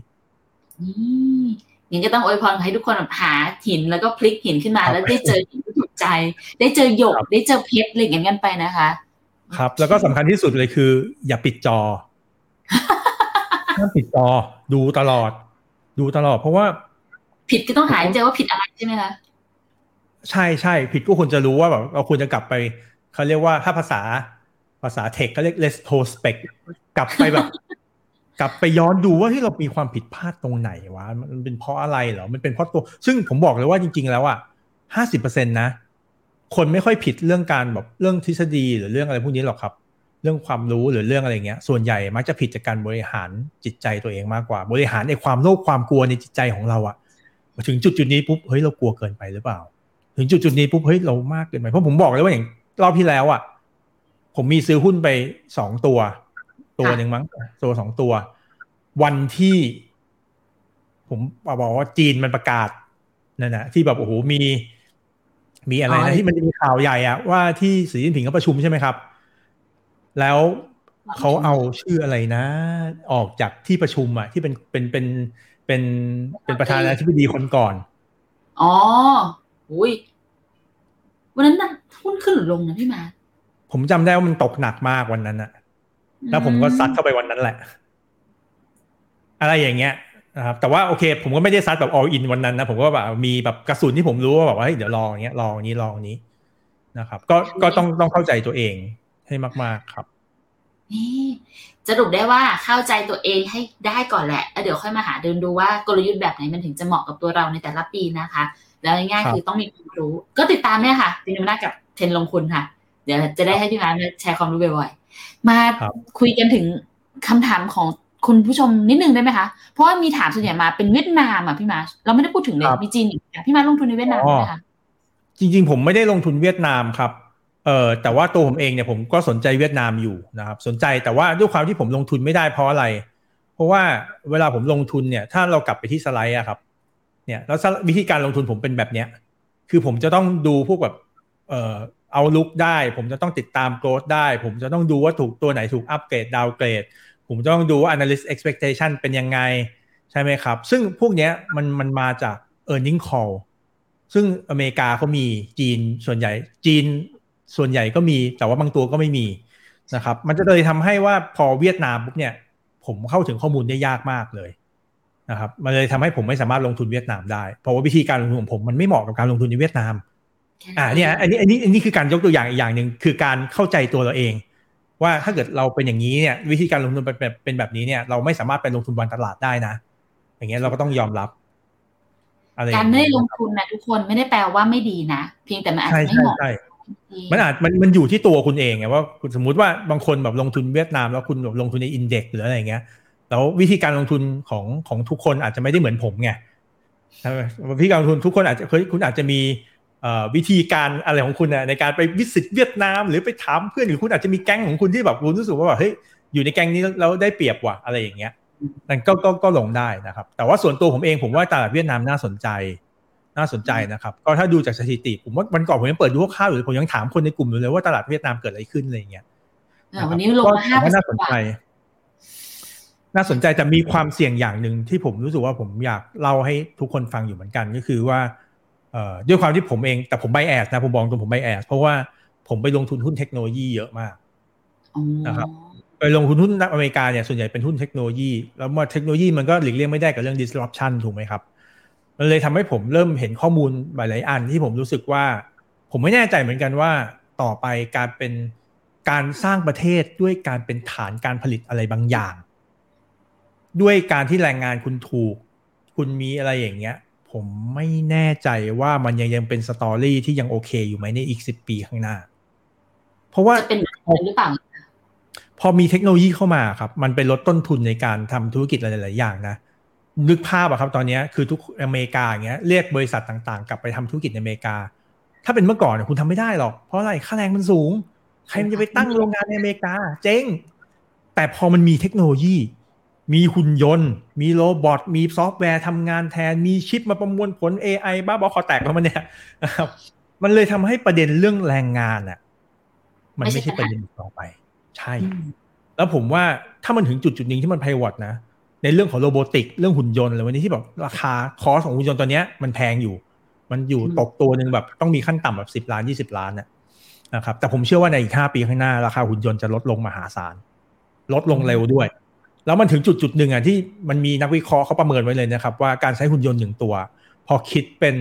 งั้นก็ต้องอวยพรให้ทุกคนหาหินแล้วก็พลิกหินขึ้นมาแล้วได้เจอหินที่ถูกใจได้เจอหยกได้เจอเพชรอะไรอย่างเงี้ยกันไปนะคะครับแล้วก็สำคัญที่สุดเลยคืออย่าปิดจอห้ามปิดจอดูตลอดเพราะว่าผิดก็ต้องหาเจอว่าผิดอะไรใช่ไหมคะใช่ผิดก็ควรจะรู้ว่าแบบเราควรจะกลับไปเขาเรียกว่าถ้าภาษาเทคเขาเรียก retrospect กลับไปแบบกลับไปย้อนดูว่าที่เรามีความผิดพลาดตรงไหนวะมันเป็นเพราะอะไรเหรอมันเป็นเพราะตัวซึ่งผมบอกเลยว่าจริงๆแล้ว50%นะคนไม่ค่อยผิดเรื่องการแบบเรื่องทฤษฎีหรือเรื่องอะไรพวกนี้หรอกครับเรื่องความรู้หรือเรื่องอะไรเงี้ยส่วนใหญ่มักจะผิดจากการบริหารจิตใจตัวเองมากกว่าบริหารในความโลภความกลัวในจิตใจของเราถึงจุดนี้ปุ๊บเฮ้ยเรากลัวเกินไปหรือเปล่าถึงจุดนี้ปุ๊บเฮ้ยเรามากเกินไปเพราะผมบอกเลยว่าอย่างรอบที่แล้วผมมีซื้อหุ้นไป2ตัวนึงมั้งตัว2ตัววันที่ผมบอกว่าจีนมันประกาศนั่นนะที่แบบโอ้โหมีอะไรนะที่มันจะมีข่าวใหญ่ว่าที่สีจิ้นผิงเขาประชุมใช่ไหมครับแล้วเขาเอาชื่ออะไรนะออกจากที่ประชุมที่เป็นประธานาธิบดีคนก่อนอุ้ยวันนั้นหุ้นขึ้นหรือลงนะพี่มาผมจำได้ว่ามันตกหนักมากวันนั้นแล้วผมก็ซัดเข้าไปวันนั้นแหละอะไรอย่างเงี้ยนะครับแต่ว่าโอเคผมก็ไม่ได้ซัดแบบ all in วันนั้นนะผมก็แบบมีแบบกระสุนที่ผมรู้ว่าแบบว่าเดี๋ยวลองอย่างเงี้ยลองนี้นะครับก็ต้องเข้าใจตัวเองให้มากๆครับนี่สรุปได้ว่าเข้าใจตัวเองให้ได้ก่อนแหละแล้วเดี๋ยวค่อยมาหาดูว่ากลยุทธ์แบบไหนมันถึงจะเหมาะกับตัวเราในแต่ละปีนะคะแล้วง่ายๆคือต้องมีความรู้ก็ติดตามเนี่ยค่ะติดตามกับเทรนด์ลงทุนค่ะเดี๋ยวจะได้ให้พี่มาแชร์ความรู้บ่อยๆมาคุยกันถึงคำถามของคุณผู้ชมนิดนึงได้ไหมคะเพราะว่ามีถามส่วนใหญ่มาเป็นเวียดนามพี่มาเราไม่ได้พูดถึงเลยมีจีนอีกพี่มาลงทุนในเวียดนามไหมคะจริงๆผมไม่ได้ลงทุนเวียดนามครับแต่ว่าตัวผมเองเนี่ยผมก็สนใจเวียดนามอยู่นะครับสนใจแต่ว่าด้วยความที่ผมลงทุนไม่ได้เพราะอะไรเพราะว่าเวลาผมลงทุนเนี่ยถ้าเรากลับไปที่สไลด์ครับเนี่ยแล้ววิธีการลงทุนผมเป็นแบบเนี้ยคือผมจะต้องดูพวกแบบเอาลุกได้ผมจะต้องติดตามโกรธได้ผมจะต้องดูว่าถูกตัวไหนถูกอัปเกรดดาวเกรดผมต้องดูว่า analyst expectation เป็นยังไงใช่ไหมครับซึ่งพวกเนี้ยมันมาจาก earning call ซึ่งอเมริกาเขามีจีนส่วนใหญ่ก็มีแต่ว่าบางตัวก็ไม่มีนะครับมันจะเลยทำให้ว่าพอเวียดนามปุ๊บเนี่ยผมเข้าถึงข้อมูลได้ยากมากเลยนะครับมันเลยทำให้ผมไม่สามารถลงทุนเวียดนามได้เพราะว่าวิธีการลงทุนของผมมันไม่เหมาะกับการลงทุนในเวียดนามเนี่ยอันนี้คือการยกตัวอย่างอีกอย่างนึงคือการเข้าใจตัวเราเองว่าถ้าเกิดเราเป็นอย่างนี้เนี่ยวิธีการลงทุนเป็นแบบนี้เนี่ยเราไม่สามารถไปลงทุนบนตลาดได้นะอย่างเงี้ยเราก็ต้องยอมรับการไม่ลงทุนนะทุกคนไม่ได้แปลว่าไม่ดีนะเพียงแต่มันอาจจะไม่เหมาะมันอยู่ที่ตัวคุณเองไงว่าสมมุติว่าบางคนแบบลงทุนเวียดนามแล้วคุณแบบลงทุนในอินเด็กซ์หรืออะไรเงี้ยแล้ววิธีการลงทุนของทุกคนอาจจะไม่ได้เหมือนผมไงวิธีการลงทุนทุกคนอาจจะคุณอาจจะมีวิธีการอะไรของคุณในการไปวิสิตเวียดนามหรือไปถามเพื่อนหรือคุณอาจจะมีแก๊งของคุณที่แบบคุณรู้สึกว่าแบบเฮ้ยอยู่ในแก๊งนี้แล้วได้เปรียบว่ะอะไรอย่างเงี้ยนั่นก็ลงได้นะครับแต่ว่าส่วนตัวผมเองผมว่าตลาดเวียดนามน่าสนใจนะครับก็ถ้าดูจากสถิติผมว่าวันก่อนผมยังเปิดดูข้าวอยู่ผมยังถามคนในกลุ่มอยู่เลยว่าตลาดเวียดนามเกิดอะไรขึ้นอะไรอย่างเงี้ยวันนี้ลงมา5% น่าสนใจแต่มีความเสี่ยงอย่างหนึ่งที่ผมรู้สึกว่าผมอยากเล่าให้ทุกคนฟังอยู่เหมือนกันก็คือว่าด้วยความที่ผมเองแต่ผมไบแอสนะผมบอกตรงผมไบแอสเพราะว่าผมไปลงทุนหุ้นเทคโนโลยีเยอะมากนะครับไปลงทุนหุ้นอเมริกาเนี่ยส่วนใหญ่เป็นหุ้นเทคโนโลยีแล้วเทคโนโลยีมันก็หลีกเลี่ยงไม่ได้กับเรื่อง disruption ถูกไหมครับมันเลยทำให้ผมเริ่มเห็นข้อมูลหลายๆอันที่ผมรู้สึกว่าผมไม่แน่ใจเหมือนกันว่าต่อไปการสร้างประเทศด้วยการเป็นฐานการผลิตอะไรบางอย่างด้วยการที่แรงงานคุณถูกคุณมีอะไรอย่างเงี้ยผมไม่แน่ใจว่ามันยังเป็นสตอรี่ที่ยังโอเคอยู่ไหมในอีก10 ปีข้างหน้าเพราะว่าเป็นหรือเปล่าพอมีเทคโนโลยีเข้ามาครับมันไปลดต้นทุนในการทำธุรกิจหลายๆอย่างนะนึกภาพอะครับตอนนี้คือทุกอเมริกาอย่างเงี้ยเรียกบริษัทต่างๆกลับไปทำธุรกิจในอเมริกาถ้าเป็นเมื่อก่อนเนี่ยคุณทำไม่ได้หรอกเพราะอะไรค่าแรงมันสูงใครมันจะไปตั้งโรงงานในอเมริกาเจ๊งแต่พอมันมีเทคโนโลยีมีหุ่นยนต์มีโรบอทมีซอฟต์แวร์ทำงานแทนมีชิปมาประมวลผล AI บ้าบอคอแตกแล้วมันเนี่ยมันเลยทำให้ประเด็นเรื่องแรงงานอ่ะมันไม่ใช่ประเด็นต่อไปใช่แล้วผมว่าถ้ามันถึงจุดนึงที่มันไพวอตนะในเรื่องของโรบอติกเรื่องหุ่นยนต์อะไรวันนี้ที่แบบราคาคอสของหุ่นยนต์ตัวเนี้ยมันแพงอยู่มันอยู่ตกตัวนึงแบบต้องมีขั้นต่ำแบบ10 ล้าน20 ล้านนะครับแต่ผมเชื่อว่าในอีก5 ปีข้างหน้าราคาหุ่นยนต์จะลดลงมหาศาลลดลงเร็วด้วยแล้วมันถึงจุดนึงที่มันมีนักวิเคราะห์เขาประเมินไว้เลยนะครับว่าการใช้หุ่นยนต์1ตัวพอคิดเป็น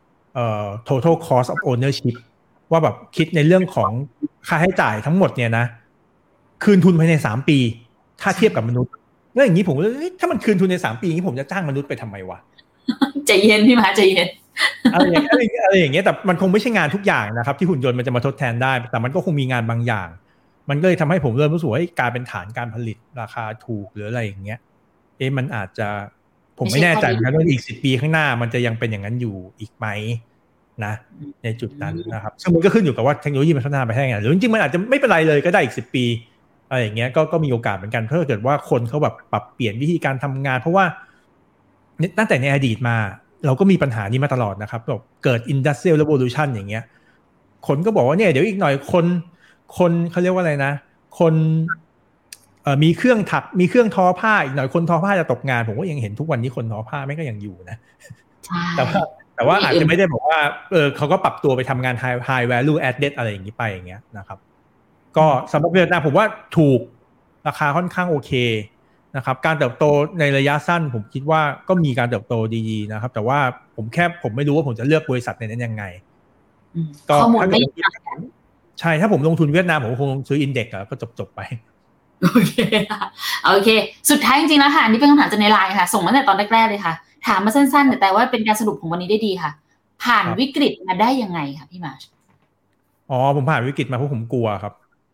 total cost of ownership ว่าแบบคิดในเรื่องของค่าใช้จ่ายทั้งหมดเนี่ยนะคืนทุนภายใน3 ปีถ้าเทียบกับมนุษย์แล้วอย่างนี้ผมเลยถ้ามันคืนทุนใน3 ปีอย่างนี้ผมจะจ้างมนุษย์ไปทำไมวะใจเย็นพี่มาใจเย็นอะไรอย่างเงี้ยแต่มันคงไม่ใช่งานทุกอย่างนะครับที่หุ่นยนต์มันจะมาทดแทนได้แต่มันก็คงมีงานบางอย่างมันก็เลยทำให้ผมเริ่มรู้สึกว่าการเป็นฐานการผลิตราคาถูกหรืออะไรอย่างเงี้ยมันอาจจะผมไม่แน่ใจเหมือนกันว่าอีก10 ปีข้างหน้ามันจะยังเป็นอย่างนั้นอยู่อีกไหมนะในจุดนั้นนะครับซึ่งมันก็ขึ้นอยู่กับว่าเทคโนโลยีมันพัฒนาไปแค่ไหนหรือจริงๆมันอาจจะไม่เป็นไรเลยก็ได้อีก10 ปีอะไรอย่างเงี้ยก็มีโอกาสเหมือนกันถ้าเกิดว่าคนเขาแบบปรับเปลี่ยนวิธีการทำงานเพราะว่าตั้งแต่ในอดีตมาเราก็มีปัญหานี้มาตลอดนะครับแบบเกิด Industrial Revolution อย่างเงี้ยคนก็บอกว่าเนี่ยเดี๋ยวอีกหน่อยคนเขาเรียกว่าอะไรนะคนมีเครื่องถักมีเครื่องทอผ้าอีกหน่อยคนทอผ้าจะตกงานผมก็ยังเห็นทุกวันนี้คนทอผ้าไม่ก็ยังอยู่นะแต่ว่าอาจจะไม่ได้บอกว่าเขาก็ปรับตัวไปทำงาน high value added อะไรอย่างนี้ไปอย่างเงี้ยนะครับก็สำหรับเวียดนามผมว่าถูกราคาค่อนข้างโอเคนะครับการเติบโตในระยะสั้นผมคิดว่าก็มีการเติบโตดีๆนะครับแต่ว่าผมไม่รู้ว่าผมจะเลือกบริษัทในนั้นยังไงก็ถ้าเกิดใช่ถ้าผมลงทุนเวียดนามผมคงซื้ออินเด็กซ์ก็จบไปโอเคสุดท้ายจริงๆแล้วค่ะนี่เป็นคำถามจากในไลน์ค่ะส่งมาตั้งแต่ตอนแรกๆเลยค่ะถามมาสั้นๆแต่ว่าเป็นการสรุปของวันนี้ได้ดีค่ะผ่านวิกฤตมาได้ยังไงคะพี่มาร์ชผมผ่านวิกฤตมาเพราะผมกลัวครับ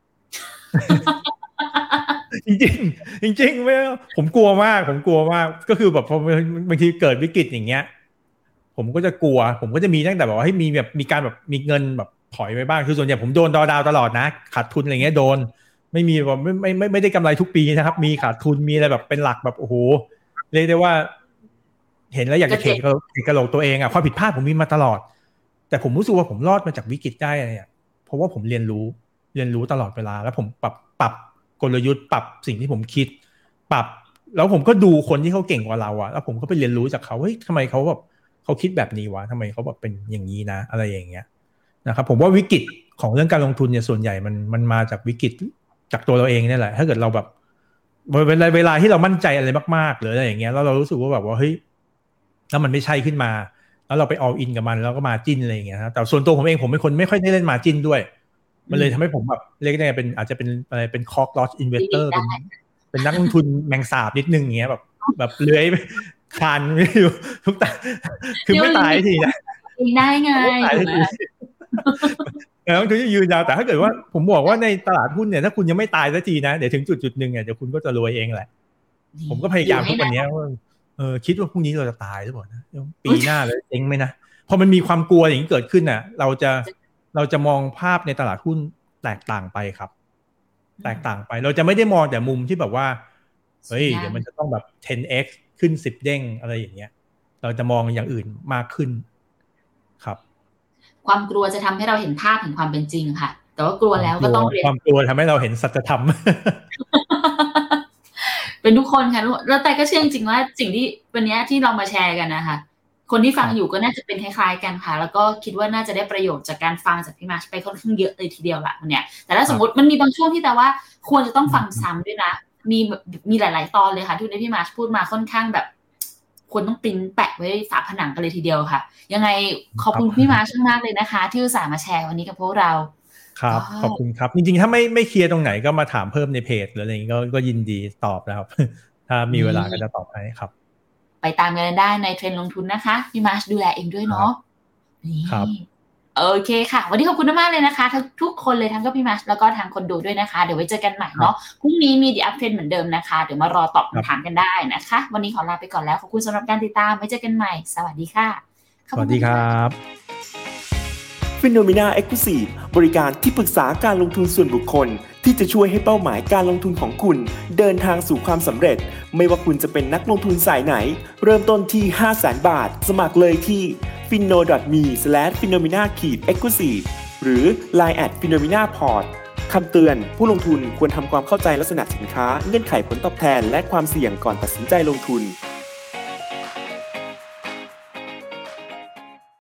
จริงไม่ผมกลัวมากก็คือแบบพอบางทีเกิดวิกฤตอย่างเงี้ยผมก็จะกลัวผมก็จะมีตั้งแต่แบบว่าให้มีการแบบมีเงินแบบถอยไปบ้างคือส่วนใหญ่ผมโดนดอดาวตลอดนะขาดทุนอะไรเงี้ยโดนไม่มีแบบไม่ได้กำไรทุกปีนะครับมีขาดทุนมีอะไรแบบเป็นหลักแบบโอ้โหเรียกได้ว่าเห็นแล้วอยากจะเขกกระโหลกตัวเองความผิดพลาดผมมีมาตลอดแต่ผมรู้สึกว่าผมรอดมาจากวิกฤตได้เนี่ยเพราะว่าผมเรียนรู้ตลอดเวลาแล้วผมปรับกลยุทธ์ปรับสิ่งที่ผมคิดปรับแล้วผมก็ดูคนที่เขาเก่งกว่าเราอะแล้วผมก็ไปเรียนรู้จากเขาเฮ้ยทำไมเขาแบบเขาคิดแบบนี้วะทำไมเขาแบบเป็นอย่างนี้นะอะไรอย่างเงี้ยนะครับผมว่าวิกฤตของเรื่องการลงทุนเนี่ยส่วนใหญ่มันมาจากวิกฤตจากตัวเราเองนี่แหละถ้าเกิดเราแบบเวลาที่เรามั่นใจอะไรมากๆหรืออะไรอย่างเงี้ยแล้วเรารู้สึกว่าแบบว่าเฮ้ยแล้วมันไม่ใช่ขึ้นมาแล้วเราไป all in กับมันแล้วก็มาจิ้นอะไรอย่างเงี้ยนะแต่ส่วนตัวผมเองผมเป็นคนไม่ค่อยได้เล่นมาจิ้นด้วยมันเลยทำให้ผมแบบเรียกได้เป็นอาจจะเป็นอะไรเป็น call loss investor เป็นนักลงทุนแมงสาบนิดนึงอย่างเงี้ยแบบเลื้อยคานไม่อยู่ทุกตาคือไม่ตายทีนะได้ไงต้องถึงจะยืนยาวแต่ถ้าเกิดว่าผมบอกว่าในตลาดหุ้นเนี่ยถ้าคุณยังไม่ตายสักทีนะเดี๋ยวถึงจุดนึงเนี่ยเดี๋ยวคุณก็จะรวยเองแหละผมก็พยายามทุกวันนี้ว่าคิดว่าพรุ่งนี้เราจะตายหรือเปล่านะปีหน้าเลยเจ๊งไหมนะพอมันมีความกลัวอย่างนี้เกิดขึ้นน่ะเราจะมองภาพในตลาดหุ้นแตกต่างไปครับแตกต่างไปเราจะไม่ได้มองแต่มุมที่แบบว่าเฮ้ยเดี๋ยวมันจะต้องแบบ 10x ขึ้น10เด้งอะไรอย่างเงี้ยเราจะมองอย่างอื่นมากขึ้นครับความกลัวจะทำให้เราเห็นภาพถึงความเป็นจริงค่ะแต่ว่ากลัวแล้วก็ต้องเรียนความกลัวทำให้เราเห็นสัจธรรมเป็นทุกคนค่ะแล้วแต่ก็เชื่อจริงๆว่าสิ่งที่วันนี้ที่เรามาแชร์กันนะคะคนที่ฟังอยู่ก็น่าจะเป็นคล้ายๆกันค่ะแล้วก็คิดว่าน่าจะได้ประโยชน์จากการฟังจากพี่มาร์ชไปค่อนข้างเยอะเลยทีเดียวละวันนี้แต่ถ้าสมมติมันมีบางช่วงที่แต่ว่าควรจะต้องฟังซ้ำด้วยนะมีหลายๆตอนเลยค่ะที่พี่มาร์ชพูดมาค่อนข้างแบบควรต้องปริ้นแปะไว้ฝาผนังกันเลยทีเดียวค่ะยังไงขอบคุณพี่มาร์ชมากเลยนะคะที่อุตส่าห์มาแชร์วันนี้กับพวกเราครับขอบคุณครับจริงๆถ้าไม่เคลียร์ตรงไหนก็มาถามเพิ่มในเพจหรืออะไรอย่างนี้ก็ยินดีตอบนะครับถ้ามีเวลาก็จะตอบให้ครับไปตามกันได้ในเทรนด์ลงทุนนะคะพี่มาร์ชดูแลเองด้วยเนาะนี่โอเคค่ะวันนี้ขอบคุณมากเลยนะคะทุกคนเลยทั้งกับพี่มาร์ชแล้วก็ทางคนดูด้วยนะคะเดี๋ยวไว้เจอกันใหม่เนาะพรุ่งนี้มีThe Up Trendเหมือนเดิมนะคะเดี๋ยวมารอตอบคำถามกันได้นะคะวันนี้ขอลาไปก่อนแล้วขอบคุณสำหรับการติดตามไว้เจอกันใหม่สวัสดีค่ะสวัสดีครับ Phenomena Exclusive บริการที่ปรึกษาการลงทุนส่วนบุคคลที่จะช่วยให้เป้าหมายการลงทุนของคุณเดินทางสู่ความสำเร็จไม่ว่าคุณจะเป็นนักลงทุนสายไหนเริ่มต้นที่ 500,000 บาทสมัครเลยที่ finno.me/phenomena-exclusive หรือ Line @phenomena-port คำเตือนผู้ลงทุนควรทำความเข้าใจลักษณะสินค้าเงื่อนไขผลตอบแทนและความเสี่ยงก่อนตัดสินใจลงทุน